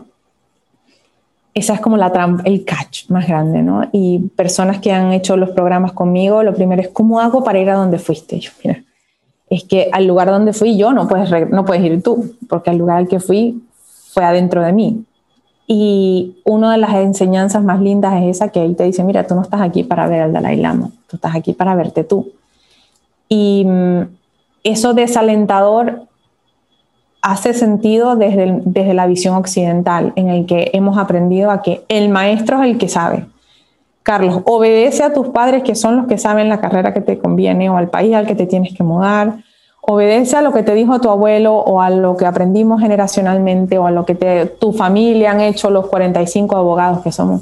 Esa es como la trampa, el catch más grande, ¿no? Y personas que han hecho los programas conmigo, lo primero es, ¿cómo hago para ir a donde fuiste? Yo, mira, es que al lugar donde fui yo no puedes, no puedes ir tú, porque al lugar al que fui fue adentro de mí. Y una de las enseñanzas más lindas es esa, que ahí te dice, mira, tú no estás aquí para ver al Dalai Lama, tú estás aquí para verte tú. Y eso desalentador hace sentido desde, el, desde la visión occidental, en el que hemos aprendido a que el maestro es el que sabe. Carlos, obedece a tus padres, que son los que saben la carrera que te conviene, o al país al que te tienes que mudar. Obedece a lo que te dijo tu abuelo, o a lo que aprendimos generacionalmente, o a lo que te, tu familia han hecho los cuarenta y cinco abogados que somos.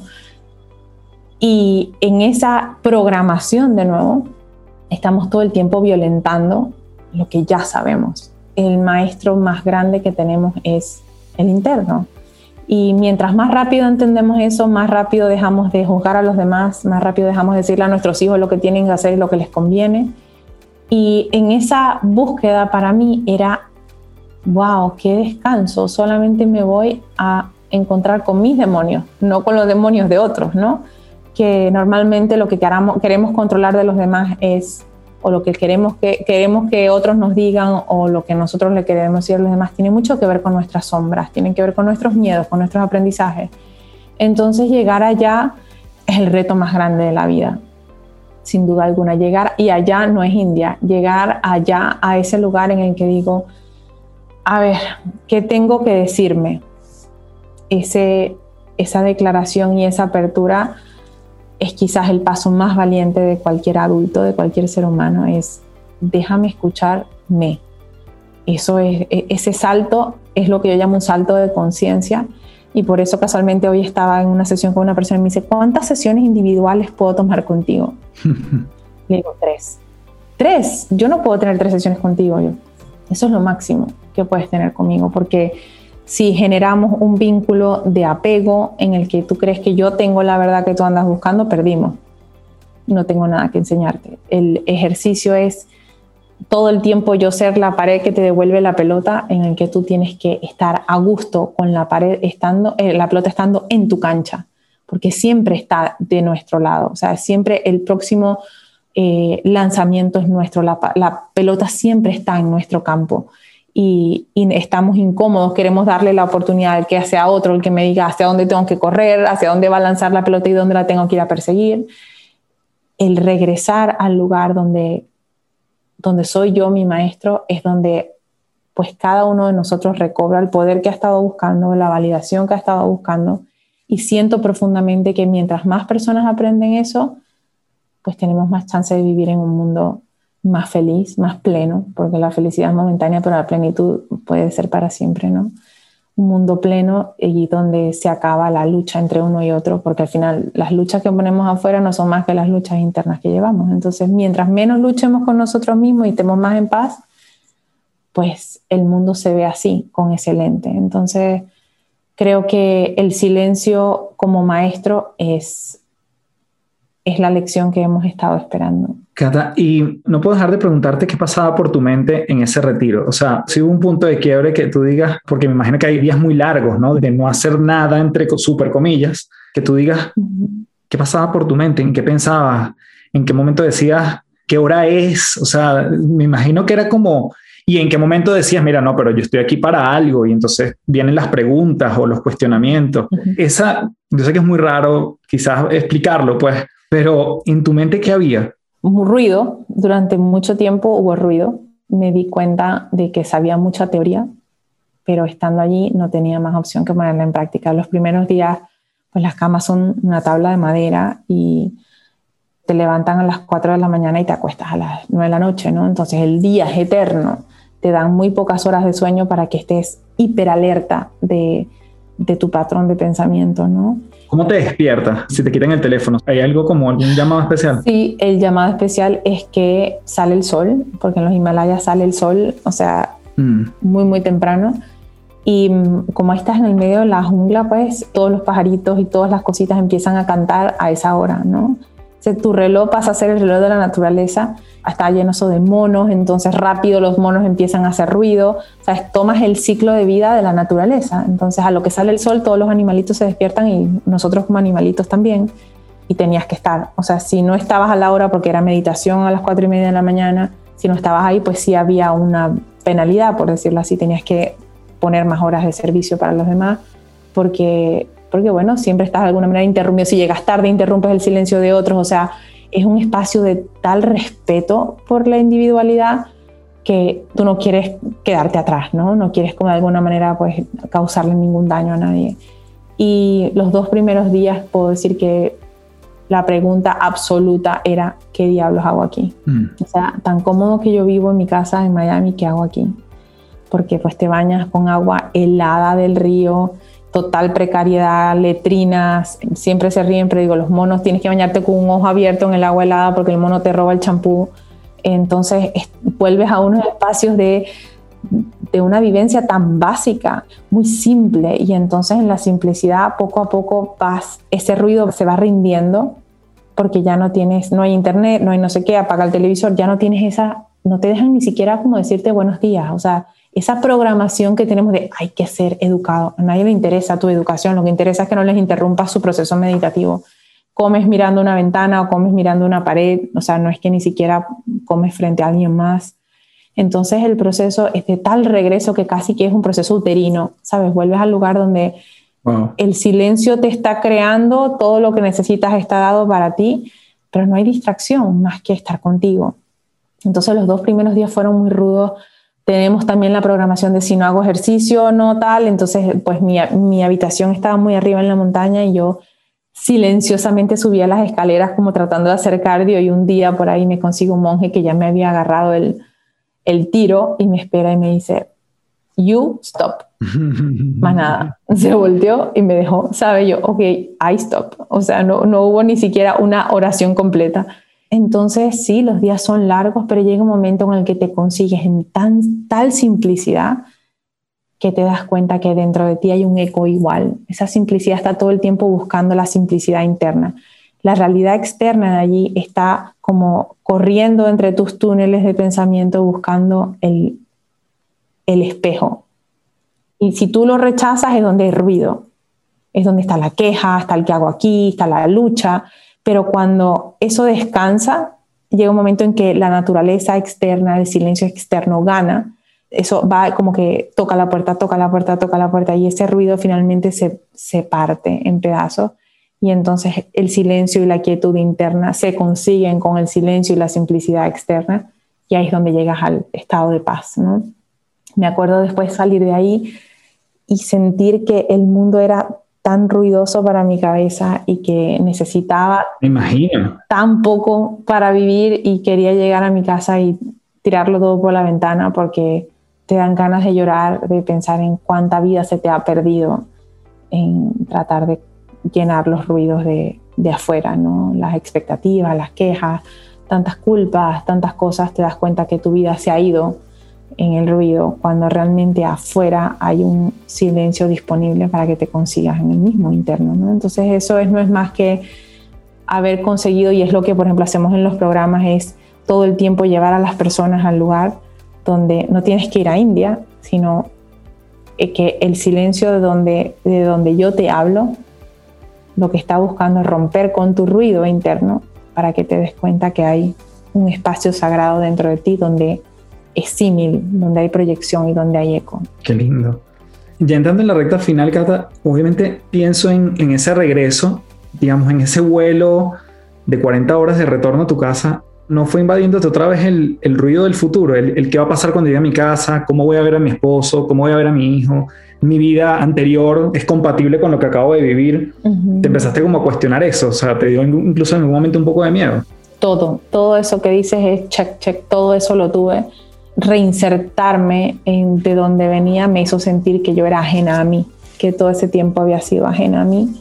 Y en esa programación, de nuevo, estamos todo el tiempo violentando lo que ya sabemos. El maestro más grande que tenemos es el interno. Y mientras más rápido entendemos eso, más rápido dejamos de juzgar a los demás, más rápido dejamos de decirle a nuestros hijos lo que tienen que hacer y lo que les conviene. Y en esa búsqueda para mí era, wow, qué descanso, solamente me voy a encontrar con mis demonios, no con los demonios de otros, ¿no? Que normalmente lo que queramos, queremos controlar de los demás es, o lo que queremos que, queremos que otros nos digan, o lo que nosotros le queremos decir a los demás, tiene mucho que ver con nuestras sombras, tiene que ver con nuestros miedos, con nuestros aprendizajes. Entonces llegar allá es el reto más grande de la vida, sin duda alguna. Llegar, y allá no es India, llegar allá a ese lugar en el que digo, a ver, ¿qué tengo que decirme? Ese, esa declaración y esa apertura es quizás el paso más valiente de cualquier adulto, de cualquier ser humano, es déjame escucharme. Eso es, ese salto es lo que yo llamo un salto de conciencia, y por eso casualmente hoy estaba en una sesión con una persona y me dice, ¿cuántas sesiones individuales puedo tomar contigo? Le digo, tres. ¿Tres? Yo no puedo tener tres sesiones contigo. Yo. Eso es lo máximo que puedes tener conmigo, porque si generamos un vínculo de apego en el que tú crees que yo tengo la verdad que tú andas buscando, perdimos. No tengo nada que enseñarte. El ejercicio es todo el tiempo yo ser la pared que te devuelve la pelota, en el que tú tienes que estar a gusto con la pared estando, eh, la pelota estando en tu cancha, porque siempre está de nuestro lado. O sea, siempre el próximo eh, lanzamiento es nuestro, la, la pelota siempre está en nuestro campo. Y, y estamos incómodos, queremos darle la oportunidad al que sea otro, el que me diga hacia dónde tengo que correr, hacia dónde va a lanzar la pelota y dónde la tengo que ir a perseguir. El regresar al lugar donde, donde soy yo mi maestro es donde pues cada uno de nosotros recobra el poder que ha estado buscando, la validación que ha estado buscando, y siento profundamente que mientras más personas aprenden eso, pues tenemos más chance de vivir en un mundo más feliz, más pleno, porque la felicidad es momentánea, pero la plenitud puede ser para siempre, ¿no? Un mundo pleno y donde se acaba la lucha entre uno y otro, porque al final las luchas que ponemos afuera no son más que las luchas internas que llevamos. Entonces, mientras menos luchemos con nosotros mismos y estemos más en paz, pues el mundo se ve así, con ese lente. Entonces, creo que el silencio como maestro es, es la lección que hemos estado esperando. Cata, y no puedo dejar de preguntarte qué pasaba por tu mente en ese retiro. O sea, si hubo un punto de quiebre que tú digas, porque me imagino que hay días muy largos, ¿no? De no hacer nada, entre super comillas, que tú digas, uh-huh. ¿Qué pasaba por tu mente? ¿En qué pensabas? ¿En qué momento decías, qué hora es? O sea, me imagino que era como... ¿Y en qué momento decías, mira, no, pero yo estoy aquí para algo? Y entonces vienen las preguntas o los cuestionamientos. Uh-huh. Esa, yo sé que es muy raro quizás explicarlo, pues, pero en tu mente, ¿qué había? Ruido. Durante mucho tiempo hubo ruido. Me di cuenta de que sabía mucha teoría, pero estando allí no tenía más opción que ponerla en práctica. Los primeros días, pues las camas son una tabla de madera y te levantan a las cuatro de la mañana y te acuestas a las nueve de la noche, ¿no? Entonces el día es eterno. Te dan muy pocas horas de sueño para que estés hiperalerta de, de tu patrón de pensamiento, ¿no? ¿Cómo te despiertas si te quitan el teléfono? ¿Hay algo como algún llamado especial? Sí, el llamado especial es que sale el sol, porque en los Himalayas sale el sol, o sea, mm. muy, muy temprano. Y como ahí estás en el medio de la jungla, pues todos los pajaritos y todas las cositas empiezan a cantar a esa hora, ¿no? O sea, tu reloj pasa a ser el reloj de la naturaleza, está lleno de monos, entonces rápido los monos empiezan a hacer ruido, o sea, tomas el ciclo de vida de la naturaleza. Entonces a lo que sale el sol todos los animalitos se despiertan y nosotros como animalitos también, y tenías que estar. O sea, si no estabas a la hora porque era meditación a las cuatro y media de la mañana, si no estabas ahí, pues sí había una penalidad, por decirlo así, tenías que poner más horas de servicio para los demás, porque, porque bueno, siempre estás de alguna manera interrumpido. Si llegas tarde, interrumpes el silencio de otros, o sea, es un espacio de tal respeto por la individualidad que tú no quieres quedarte atrás, ¿no? No quieres como de alguna manera pues causarle ningún daño a nadie. Y los dos primeros días puedo decir que la pregunta absoluta era ¿qué diablos hago aquí? Mm. O sea, tan cómodo que yo vivo en mi casa en Miami, ¿qué hago aquí? Porque pues te bañas con agua helada del río, total precariedad, letrinas, siempre se ríen, pero digo, los monos tienes que bañarte con un ojo abierto en el agua helada porque el mono te roba el champú. Entonces es, vuelves a unos espacios de, de una vivencia tan básica, muy simple, y entonces en la simplicidad poco a poco vas, ese ruido se va rindiendo porque ya no tienes, no hay internet, no hay no sé qué, apaga el televisor, ya no tienes esa, no te dejan ni siquiera como decirte buenos días, o sea, esa programación que tenemos de hay que ser educado. A nadie le interesa tu educación, lo que interesa es que no les interrumpas su proceso meditativo. Comes mirando una ventana o comes mirando una pared, o sea, no es que ni siquiera comes frente a alguien más. Entonces el proceso es de tal regreso que casi que es un proceso uterino, ¿sabes? Vuelves al lugar donde wow. El silencio te está creando, todo lo que necesitas está dado para ti, pero no hay distracción más que estar contigo. Entonces los dos primeros días fueron muy rudos. Tenemos también la programación de si no hago ejercicio, no tal. Entonces, pues mi, mi habitación estaba muy arriba en la montaña y yo silenciosamente subía las escaleras como tratando de hacer cardio, y un día por ahí me consigo un monje que ya me había agarrado el, el tiro y me espera y me dice, you stop. Más nada. Se volteó y me dejó, ¿sabe? Yo, ok, I stop. O sea, no, no hubo ni siquiera una oración completa. Entonces sí, los días son largos, pero llega un momento en el que te consigues en tan, tal simplicidad que te das cuenta que dentro de ti hay un eco igual. Esa simplicidad está todo el tiempo buscando la simplicidad interna. La realidad externa de allí está como corriendo entre tus túneles de pensamiento buscando el, el espejo. Y si tú lo rechazas es donde hay ruido. es donde está la queja, está el qué hago aquí, está la lucha, pero cuando eso descansa, llega un momento en que la naturaleza externa, el silencio externo gana. Eso va como que toca la puerta, toca la puerta, toca la puerta, y ese ruido finalmente se, se parte en pedazos, y entonces el silencio y la quietud interna se consiguen con el silencio y la simplicidad externa, y ahí es donde llegas al estado de paz, ¿no? Me acuerdo después salir de ahí y sentir que el mundo era tan ruidoso para mi cabeza y que necesitaba Me imagino. tan poco para vivir, y quería llegar a mi casa y tirarlo todo por la ventana, porque te dan ganas de llorar, de pensar en cuánta vida se te ha perdido en tratar de llenar los ruidos de, de afuera, ¿no? Las expectativas, las quejas, tantas culpas, tantas cosas. Te das cuenta que tu vida se ha ido en el ruido, cuando realmente afuera hay un silencio disponible para que te consigas en el mismo interno, ¿no? Entonces eso es, no es más que haber conseguido, y es lo que por ejemplo hacemos en los programas, es todo el tiempo llevar a las personas al lugar donde no tienes que ir a India, sino que el silencio de donde, de donde yo te hablo, lo que está buscando es romper con tu ruido interno, para que te des cuenta que hay un espacio sagrado dentro de ti donde es símil, donde hay proyección y donde hay eco. Qué lindo. Ya entrando en la recta final, Cata, obviamente pienso en, en ese regreso, digamos, en ese vuelo de cuarenta horas de retorno a tu casa. ¿No fue invadiéndote otra vez el, el ruido del futuro? El, el qué va a pasar cuando llegue a mi casa, cómo voy a ver a mi esposo, cómo voy a ver a mi hijo, mi vida anterior es compatible con lo que acabo de vivir. Uh-huh. Te empezaste como a cuestionar eso, o sea, te dio incluso en algún momento un poco de miedo. Todo, todo eso que dices es check, check, todo eso lo tuve. Reinsertarme en de donde venía me hizo sentir que yo era ajena a mí, que todo ese tiempo había sido ajena a mí.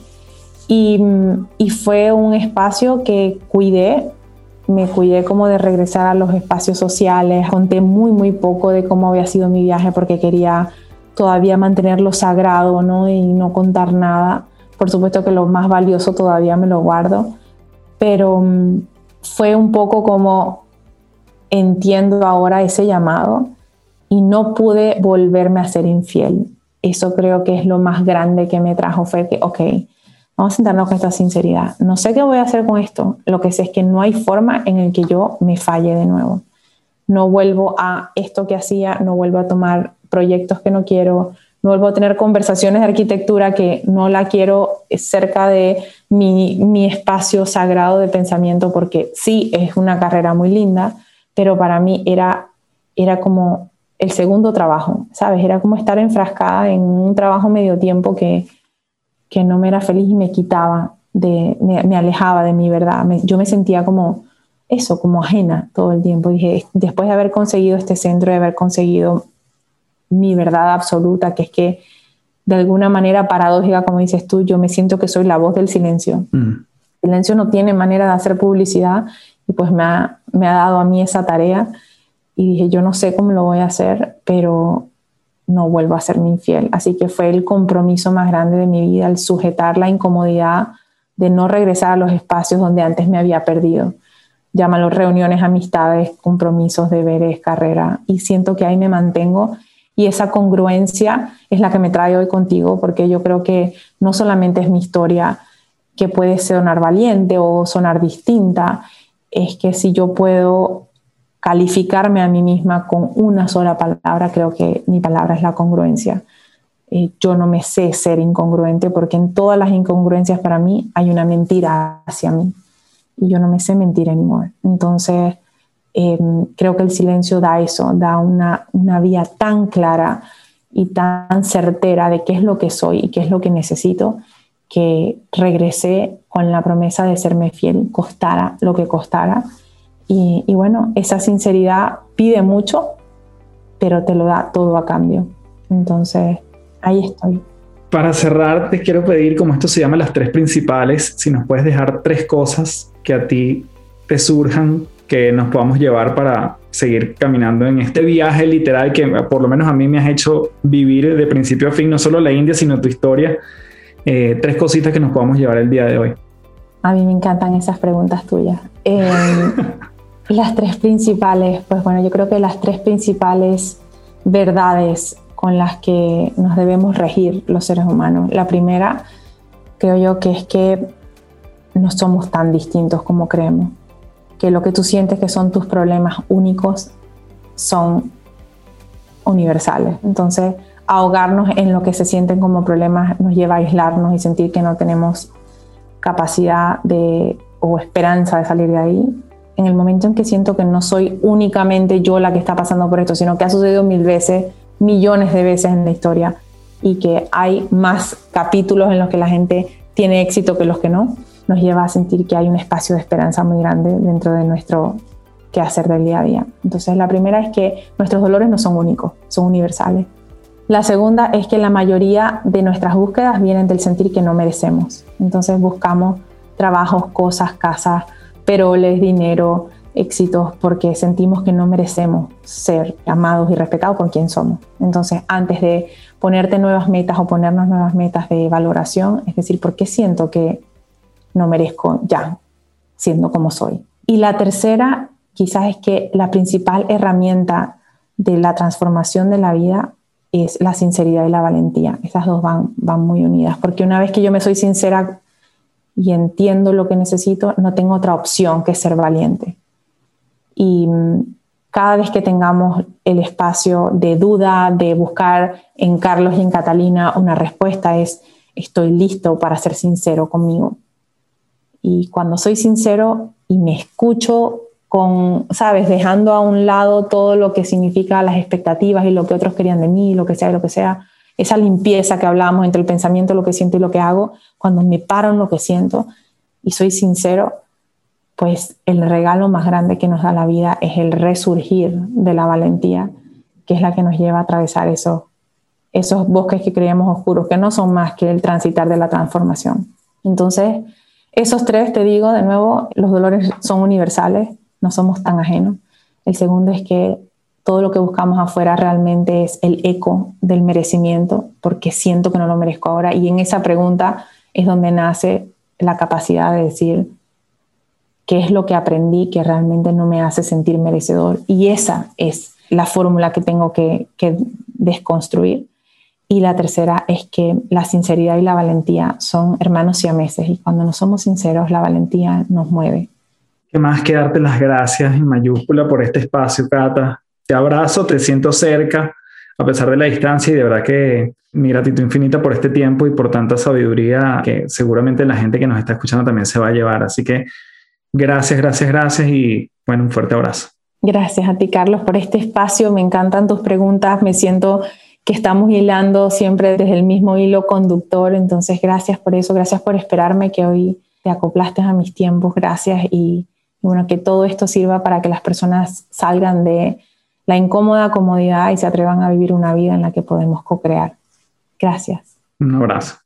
Y, y fue un espacio que cuidé. Me cuidé como de regresar a los espacios sociales. Conté muy, muy poco de cómo había sido mi viaje, porque quería todavía mantenerlo sagrado, ¿no? Y no contar nada. Por supuesto que lo más valioso todavía me lo guardo, pero um, fue un poco como entiendo ahora ese llamado, y no pude volverme a ser infiel. Eso creo que es lo más grande que me trajo, fue que, ok, vamos a sentarnos con esta sinceridad. No sé qué voy a hacer con esto. Lo que sé es que no hay forma en el que yo me falle de nuevo. No vuelvo a esto que hacía, no vuelvo a tomar proyectos que no quiero, no vuelvo a tener conversaciones de arquitectura que no la quiero cerca de mi, mi espacio sagrado de pensamiento, porque sí, es una carrera muy linda, pero para mí era, era como el segundo trabajo, ¿sabes? Era como estar enfrascada en un trabajo medio tiempo que que no me era feliz y me quitaba, de, me, me alejaba de mi verdad. Me, yo me sentía como eso, como ajena todo el tiempo. Dije, después de haber conseguido este centro, de haber conseguido mi verdad absoluta, que es que de alguna manera paradójica, como dices tú, yo me siento que soy la voz del silencio. Mm. El silencio no tiene manera de hacer publicidad, y pues me ha, me ha dado a mí esa tarea, y dije, yo no sé cómo lo voy a hacer, pero no vuelvo a serme infiel. Así que fue el compromiso más grande de mi vida, el sujetar la incomodidad de no regresar a los espacios donde antes me había perdido. Llámalo reuniones, amistades, compromisos, deberes, carrera, y siento que ahí me mantengo, y esa congruencia es la que me trae hoy contigo, porque yo creo que no solamente es mi historia que puede sonar valiente o sonar distinta, es que si yo puedo calificarme a mí misma con una sola palabra, creo que mi palabra es la congruencia. Eh, yo no me sé ser incongruente, porque en todas las incongruencias para mí hay una mentira hacia mí, y yo no me sé mentir anymore. Entonces eh, creo que el silencio da eso, da una, una vía tan clara y tan certera de qué es lo que soy y qué es lo que necesito, que regresé con la promesa de serme fiel, costara lo que costara. Y, y bueno, esa sinceridad pide mucho, pero te lo da todo a cambio. Entonces, ahí estoy. Para cerrar, te quiero pedir, como esto se llama las tres principales, si nos puedes dejar tres cosas que a ti te surjan, que nos podamos llevar para seguir caminando en este viaje literal que por lo menos a mí me has hecho vivir de principio a fin, no solo la India, sino tu historia. Eh, tres cositas que nos podamos llevar el día de hoy. A mí me encantan esas preguntas tuyas. Eh, las tres principales, pues bueno, yo creo que las tres principales verdades con las que nos debemos regir los seres humanos. La primera creo yo que es que no somos tan distintos como creemos, que lo que tú sientes que son tus problemas únicos son universales. Entonces, ahogarnos en lo que se sienten como problemas nos lleva a aislarnos y sentir que no tenemos capacidad de, o esperanza de salir de ahí. En el momento en que siento que no soy únicamente yo la que está pasando por esto, sino que ha sucedido mil veces, millones de veces en la historia, y que hay más capítulos en los que la gente tiene éxito que los que no, nos lleva a sentir que hay un espacio de esperanza muy grande dentro de nuestro quehacer del día a día. Entonces, la primera es que nuestros dolores no son únicos, son universales. La segunda es que la mayoría de nuestras búsquedas vienen del sentir que no merecemos. Entonces buscamos trabajos, cosas, casas, peroles, dinero, éxitos, porque sentimos que no merecemos ser amados y respetados por quien somos. Entonces, antes de ponerte nuevas metas o ponernos nuevas metas de valoración, es decir, ¿por qué siento que no merezco ya, siendo como soy? Y la tercera, quizás es que la principal herramienta de la transformación de la vida es la sinceridad y la valentía. Esas dos van, van muy unidas, porque una vez que yo me soy sincera y entiendo lo que necesito, no tengo otra opción que ser valiente. Y cada vez que tengamos el espacio de duda, de buscar en Carlos y en Catalina una respuesta, es estoy listo para ser sincero conmigo. Y cuando soy sincero y me escucho con, ¿sabes? Dejando a un lado todo lo que significa las expectativas y lo que otros querían de mí, lo que sea, lo que sea, esa limpieza que hablábamos entre el pensamiento, lo que siento y lo que hago, cuando me paro en lo que siento y soy sincero, pues el regalo más grande que nos da la vida es el resurgir de la valentía, que es la que nos lleva a atravesar esos, esos bosques que creíamos oscuros, que no son más que el transitar de la transformación. Entonces, esos tres, te digo de nuevo, los dolores son universales, no somos tan ajenos. El segundo es que todo lo que buscamos afuera realmente es el eco del merecimiento, porque siento que no lo merezco ahora. Y en esa pregunta es donde nace la capacidad de decir qué es lo que aprendí que realmente no me hace sentir merecedor. Y esa es la fórmula que tengo que, que desconstruir. Y la tercera es que la sinceridad y la valentía son hermanos siameses, y cuando no somos sinceros, la valentía nos mueve. ¿Qué más que darte las gracias en mayúscula por este espacio, Cata? Te abrazo, te siento cerca, a pesar de la distancia, y de verdad que mi gratitud infinita por este tiempo y por tanta sabiduría que seguramente la gente que nos está escuchando también se va a llevar. Así que gracias, gracias, gracias y bueno, un fuerte abrazo. Gracias a ti, Carlos, por este espacio. Me encantan tus preguntas. Me siento que estamos hilando siempre desde el mismo hilo conductor. Entonces, gracias por eso. Gracias por esperarme, que hoy te acoplaste a mis tiempos. Gracias. Y, y bueno, que todo esto sirva para que las personas salgan de la incómoda comodidad y se atrevan a vivir una vida en la que podemos co-crear. Gracias. Un abrazo.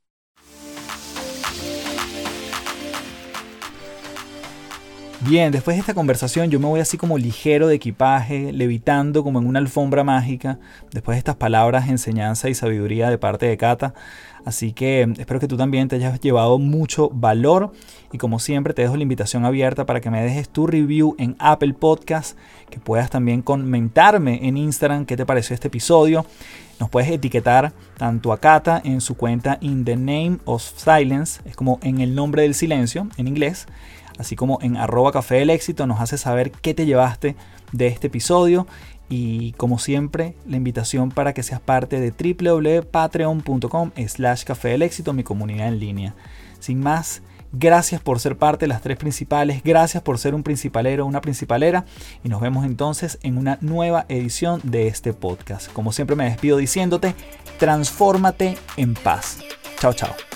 Bien, después de esta conversación yo me voy así como ligero de equipaje, levitando como en una alfombra mágica, después de estas palabras, enseñanza y sabiduría de parte de Cata. Así que espero que tú también te hayas llevado mucho valor, y como siempre te dejo la invitación abierta para que me dejes tu review en Apple Podcast, que puedas también comentarme en Instagram qué te pareció este episodio. Nos puedes etiquetar tanto a Cata en su cuenta In the Name of Silence, es como en el nombre del silencio en inglés, así como en arroba café del éxito. Nos hace saber qué te llevaste de este episodio, y como siempre la invitación para que seas parte de w w w punto patreon punto com slash café del éxito, mi comunidad en línea. Sin más, gracias por ser parte de las tres principales, gracias por ser un principalero o una principalera, y nos vemos entonces en una nueva edición de este podcast. Como siempre me despido diciéndote, transfórmate en paz. Chao, chao.